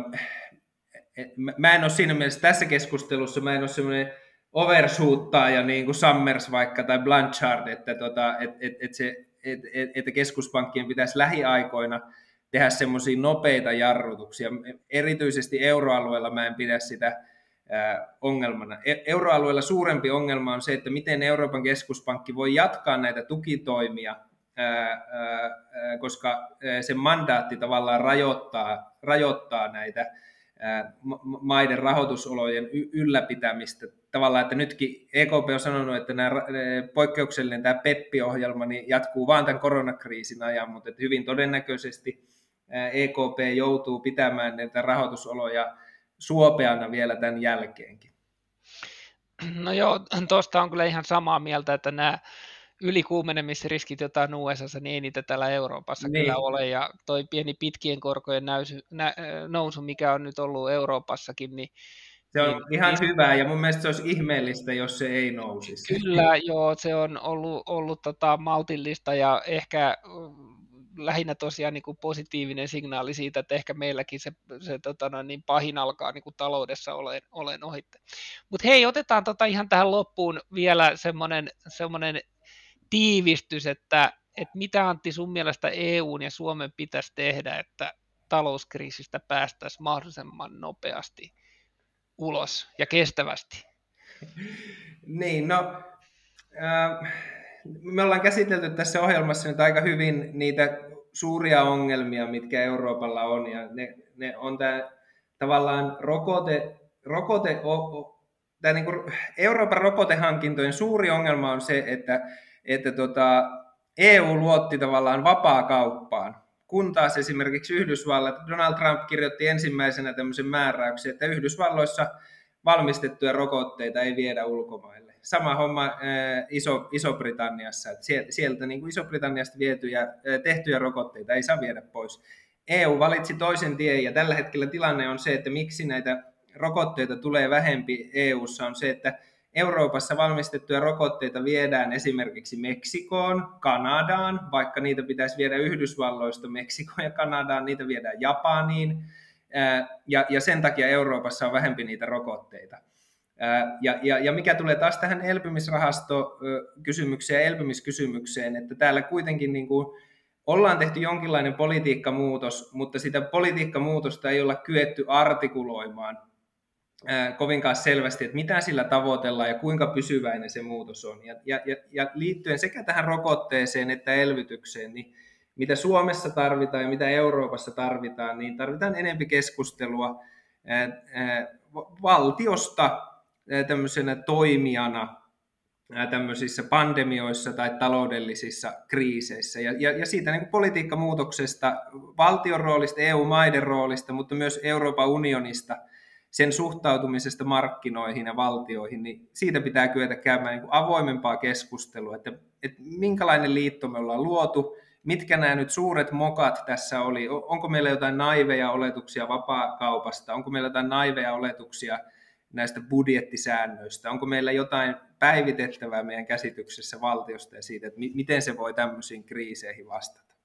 mä en ole siinä mielessä tässä keskustelussa, mä en ole semmoinen overshoottaaja niin kuin Summers vaikka tai Blanchard, että, tota, et, et, et se, et, et, että keskuspankkien pitäisi lähiaikoina tehdä semmoisia nopeita jarrutuksia. Erityisesti euroalueella mä en pidä sitä ää, ongelmana. Euroalueella suurempi ongelma on se, että miten Euroopan keskuspankki voi jatkaa näitä tukitoimia, ää, ää, koska sen mandaatti tavallaan rajoittaa, rajoittaa näitä maiden rahoitusolojen ylläpitämistä. Tavallaan, että nytkin E K P on sanonut, että nämä poikkeuksellinen tämä P E P I-ohjelma niin jatkuu vain tämän koronakriisin ajan, mutta että hyvin todennäköisesti E K P joutuu pitämään näitä rahoitusoloja suopeana vielä tämän jälkeenkin. No joo, tuosta on kyllä ihan samaa mieltä, että nämä ylikuumenemisriskit jotain U S A:ssa, niin ei niitä täällä Euroopassa niin kyllä ole, ja toi pieni pitkien korkojen näysy, nä, nousu, mikä on nyt ollut Euroopassakin, niin se on niin, ihan niin, hyvä, ja mun mielestä se olisi ihmeellistä, jos se ei nousisi. Kyllä, joo, se on ollut, ollut tota, maltillista, ja ehkä lähinnä tosiaan niin kuin positiivinen signaali siitä, että ehkä meilläkin se, se tota, niin pahin alkaa niin kuin taloudessa olen, olen ohitte. Mutta hei, otetaan tota ihan tähän loppuun vielä semmoinen, semmoinen tiivistys, että, että mitä Antti sun mielestä E U:n ja Suomen pitäisi tehdä, että talouskriisistä päästäisiin mahdollisimman nopeasti ulos ja kestävästi? Niin, no äh, me ollaan käsitelty tässä ohjelmassa nyt aika hyvin niitä suuria ongelmia, mitkä Euroopalla on, ja ne, ne on tämä tavallaan rokote, rokote tämä niin kuin Euroopan rokotehankintojen suuri ongelma on se, että, että tota, E U luotti tavallaan vapaakauppaan, kun taas esimerkiksi Yhdysvallat, Donald Trump kirjoitti ensimmäisenä tämmöisen määräyksen, että Yhdysvalloissa valmistettuja rokotteita ei viedä ulkomaille. Sama homma Iso, Iso-Britanniassa, että sieltä niin kuin Iso-Britanniasta vietyjä, tehtyjä rokotteita ei saa viedä pois. E U valitsi toisen tien, ja tällä hetkellä tilanne on se, että miksi näitä rokotteita tulee vähempi E U:ssa on se, että Euroopassa valmistettuja rokotteita viedään esimerkiksi Meksikoon, Kanadaan, vaikka niitä pitäisi viedä Yhdysvalloista Meksikoon ja Kanadaan, niitä viedään Japaniin, ja, ja sen takia Euroopassa on vähempi niitä rokotteita. Ja, ja, ja mikä tulee taas tähän elpymisrahastokysymykseen ja elpymiskysymykseen, että täällä kuitenkin niin kuin ollaan tehty jonkinlainen politiikkamuutos, mutta sitä politiikkamuutosta ei olla kyetty artikuloimaan kovinkaan selvästi, että mitä sillä tavoitellaan ja kuinka pysyväinen se muutos on. Ja, ja, ja liittyen sekä tähän rokotteeseen että elvytykseen, niin mitä Suomessa tarvitaan ja mitä Euroopassa tarvitaan, niin tarvitaan enemmän keskustelua ää, ää, valtiosta ää, tämmöisenä toimijana ää, tämmöisissä pandemioissa tai taloudellisissa kriiseissä. Ja, ja, ja siitä niin kuin politiikkamuutoksesta, valtion roolista, E U-maiden roolista, mutta myös Euroopan unionista, sen suhtautumisesta markkinoihin ja valtioihin, niin siitä pitää kyetä käymään niin kuin avoimempaa keskustelua, että, että minkälainen liitto me ollaan luotu, mitkä nämä nyt suuret mokat tässä oli, onko meillä jotain naiveja oletuksia vapaakaupasta, onko meillä jotain naiveja oletuksia näistä budjettisäännöistä, onko meillä jotain päivitettävää meidän käsityksessä valtiosta ja siitä, että miten se voi tämmöisiin kriiseihin vastata.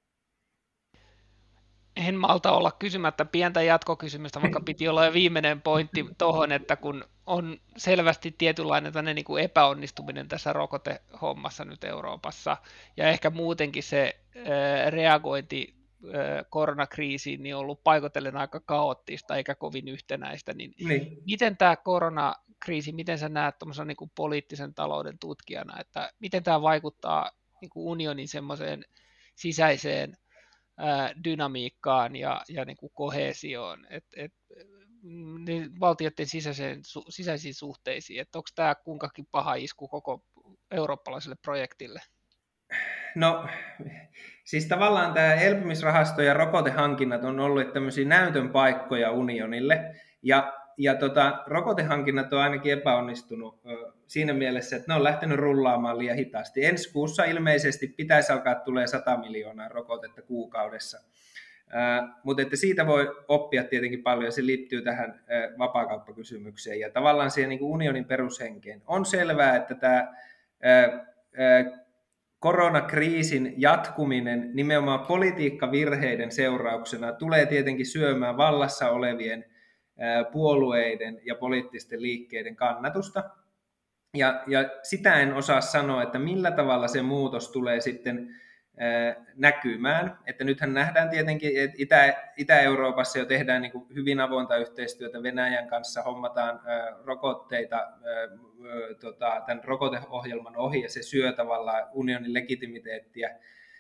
En malta olla kysymättä pientä jatkokysymystä, vaikka piti olla jo viimeinen pointti tuohon, että kun on selvästi tietynlainen niin kuin epäonnistuminen tässä rokotehommassa nyt Euroopassa, ja ehkä muutenkin se ää, reagointi ää, koronakriisiin niin on ollut paikotellen aika kaoottista eikä kovin yhtenäistä, niin, niin. Miten tämä koronakriisi, miten sä näet tuommoisen niin kuin poliittisen talouden tutkijana, että miten tämä vaikuttaa niin kuin unionin semmoiseen sisäiseen dynamiikkaan ja, ja niin kuin koheesioon, et, et, niin valtioiden sisäiseen, su, sisäisiin suhteisiin, että onko tämä kuinkakin paha isku koko eurooppalaiselle projektille? No siis tavallaan tämä elpymisrahasto ja rokotehankinnat on ollut tämmöisiä näytön paikkoja unionille, ja, ja tota, rokotehankinnat on ainakin epäonnistunut ö, siinä mielessä, että ne on lähtenyt rullaamaan liian hitaasti. Ensi kuussa ilmeisesti pitäisi alkaa tulee sata miljoonaa rokotetta kuukaudessa, ö, mutta että siitä voi oppia tietenkin paljon, ja se liittyy tähän ö, vapaakauppakysymykseen ja tavallaan siihen niin kuin unionin perushenkeen. On selvää, että tämä ö, ö, koronakriisin jatkuminen nimenomaan politiikkavirheiden seurauksena tulee tietenkin syömään vallassa olevien puolueiden ja poliittisten liikkeiden kannatusta. Ja, ja sitä en osaa sanoa, että millä tavalla se muutos tulee sitten näkymään. Että nythän nähdään tietenkin, että Itä, Itä-Euroopassa jo tehdään niin kuin hyvin avointa yhteistyötä Venäjän kanssa, hommataan rokotteita tota, tämän rokoteohjelman ohi, ja se syö tavallaan unionin legitimiteettiä.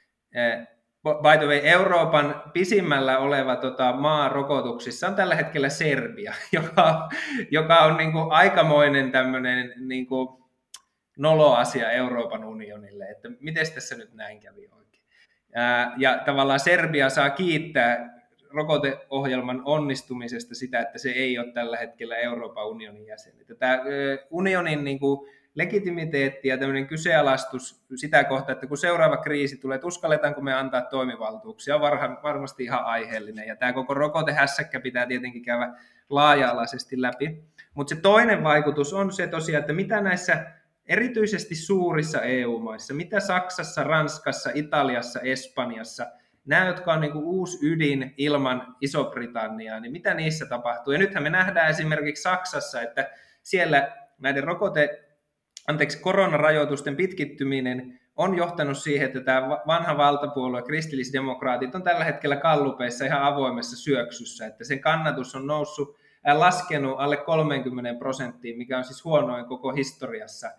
By the way, Euroopan pisimmällä oleva tota, maa rokotuksissa on tällä hetkellä Serbia, joka, joka on niin kuin aikamoinen tämmöinen niin kuin nolo-asia Euroopan unionille, että miten tässä nyt näin kävi oikein. Ää, ja tavallaan Serbia saa kiittää rokoteohjelman onnistumisesta sitä, että se ei ole tällä hetkellä Euroopan unionin jäsen. Että tämä unionin niin kuin legitimiteetti ja tämmöinen kyseenalaistus sitä kohtaa, että kun seuraava kriisi tulee, että uskalletaanko me antaa toimivaltuuksia, on varmasti ihan aiheellinen. Ja tämä koko rokotehässäkkä pitää tietenkin käydä laaja-alaisesti läpi. Mutta se toinen vaikutus on se tosiaan, että mitä näissä erityisesti suurissa E U-maissa, mitä Saksassa, Ranskassa, Italiassa, Espanjassa, nämä, jotka on niin kuin uusi ydin ilman Iso-Britanniaa, niin mitä niissä tapahtuu? Ja nythän me nähdään esimerkiksi Saksassa, että siellä näiden rokote, anteeksi, koronarajoitusten pitkittyminen on johtanut siihen, että tämä vanha valtapuolue, kristillisdemokraatit, on tällä hetkellä gallupeissa ihan avoimessa syöksyssä, että sen kannatus on noussut, äh, laskenut alle kolmekymmentä prosenttiin, mikä on siis huonoin koko historiassa.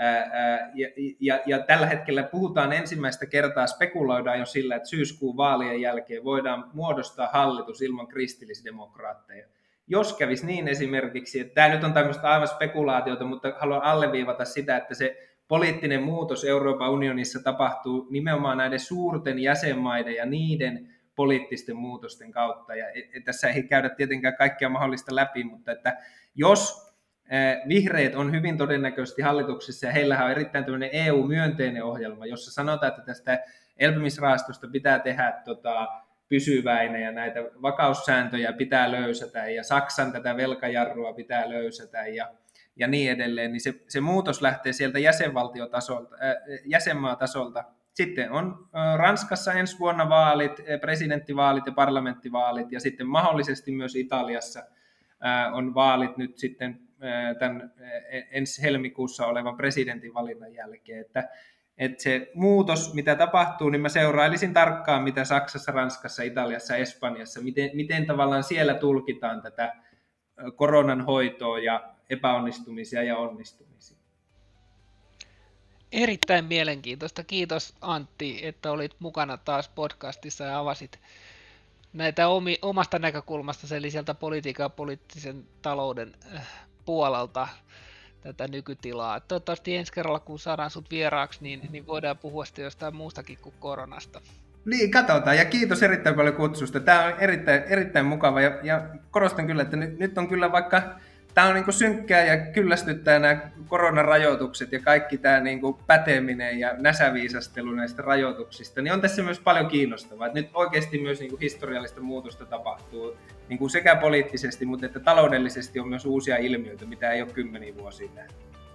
Ja, ja, ja tällä hetkellä puhutaan ensimmäistä kertaa, spekuloidaan jo sillä, että syyskuun vaalien jälkeen voidaan muodostaa hallitus ilman kristillisdemokraatteja. Jos kävisi niin esimerkiksi, että tämä nyt on tämmöistä aivan spekulaatiota, mutta haluan alleviivata sitä, että se poliittinen muutos Euroopan unionissa tapahtuu nimenomaan näiden suurten jäsenmaiden ja niiden poliittisten muutosten kautta. Ja tässä ei käydä tietenkään kaikkea mahdollista läpi, mutta että jos vihreät on hyvin todennäköisesti hallituksessa, ja heillähän on erittäin tämmöinen E U-myönteinen ohjelma, jossa sanotaan, että tästä elpymisrahastosta pitää tehdä tota, pysyväinen, ja näitä vakaussääntöjä pitää löysätä, ja Saksan tätä velkajarrua pitää löysätä, ja, ja niin edelleen, niin se, se muutos lähtee sieltä jäsenvaltiotasolta, äh, jäsenmaatasolta. Sitten on äh, Ranskassa ensi vuonna vaalit, presidenttivaalit ja parlamenttivaalit, ja sitten mahdollisesti myös Italiassa äh, on vaalit nyt sitten tämän ensi helmikuussa olevan presidentinvalinnan jälkeen, että että se muutos, mitä tapahtuu, niin mä seurailisin tarkkaan, mitä Saksassa, Ranskassa, Italiassa, Espanjassa, miten, miten tavallaan siellä tulkitaan tätä koronan hoitoa ja epäonnistumisia ja onnistumisia. Erittäin mielenkiintoista. Kiitos Antti, että olit mukana taas podcastissa ja avasit näitä omi, omasta näkökulmasta, eli sieltä politiikan ja poliittisen talouden puolelta tätä nykytilaa. Toivottavasti ensi kerralla, kun saadaan sut vieraaksi, niin, niin voidaan puhua sitten jostain muustakin kuin koronasta. Niin, katsotaan. Ja kiitos erittäin paljon kutsusta. Tämä on erittäin, erittäin mukava. Ja, ja korostan kyllä, että nyt, nyt on kyllä vaikka, tämä on niin kuin synkkää ja kyllästyttää nämä koronarajoitukset ja kaikki tämä niin kuin päteminen ja näsäviisastelu näistä rajoituksista, niin on tässä myös paljon kiinnostavaa. Että nyt oikeasti myös niin kuin historiallista muutosta tapahtuu niin kuin sekä poliittisesti, mutta että taloudellisesti on myös uusia ilmiöitä, mitä ei ole kymmeniä vuosia nähty.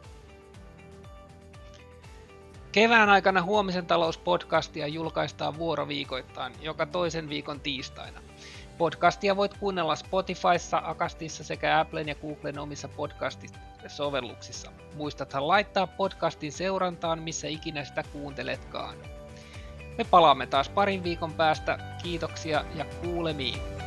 Kevään aikana Huomisen talouspodcastia julkaistaan vuoroviikoittain joka toisen viikon tiistaina. Podcastia voit kuunnella Spotifyssa, Acastissa sekä Applen ja Googlen omissa podcast-sovelluksissa. Muistathan laittaa podcastin seurantaan, missä ikinä sitä kuunteletkaan. Me palaamme taas parin viikon päästä. Kiitoksia ja kuulemiin.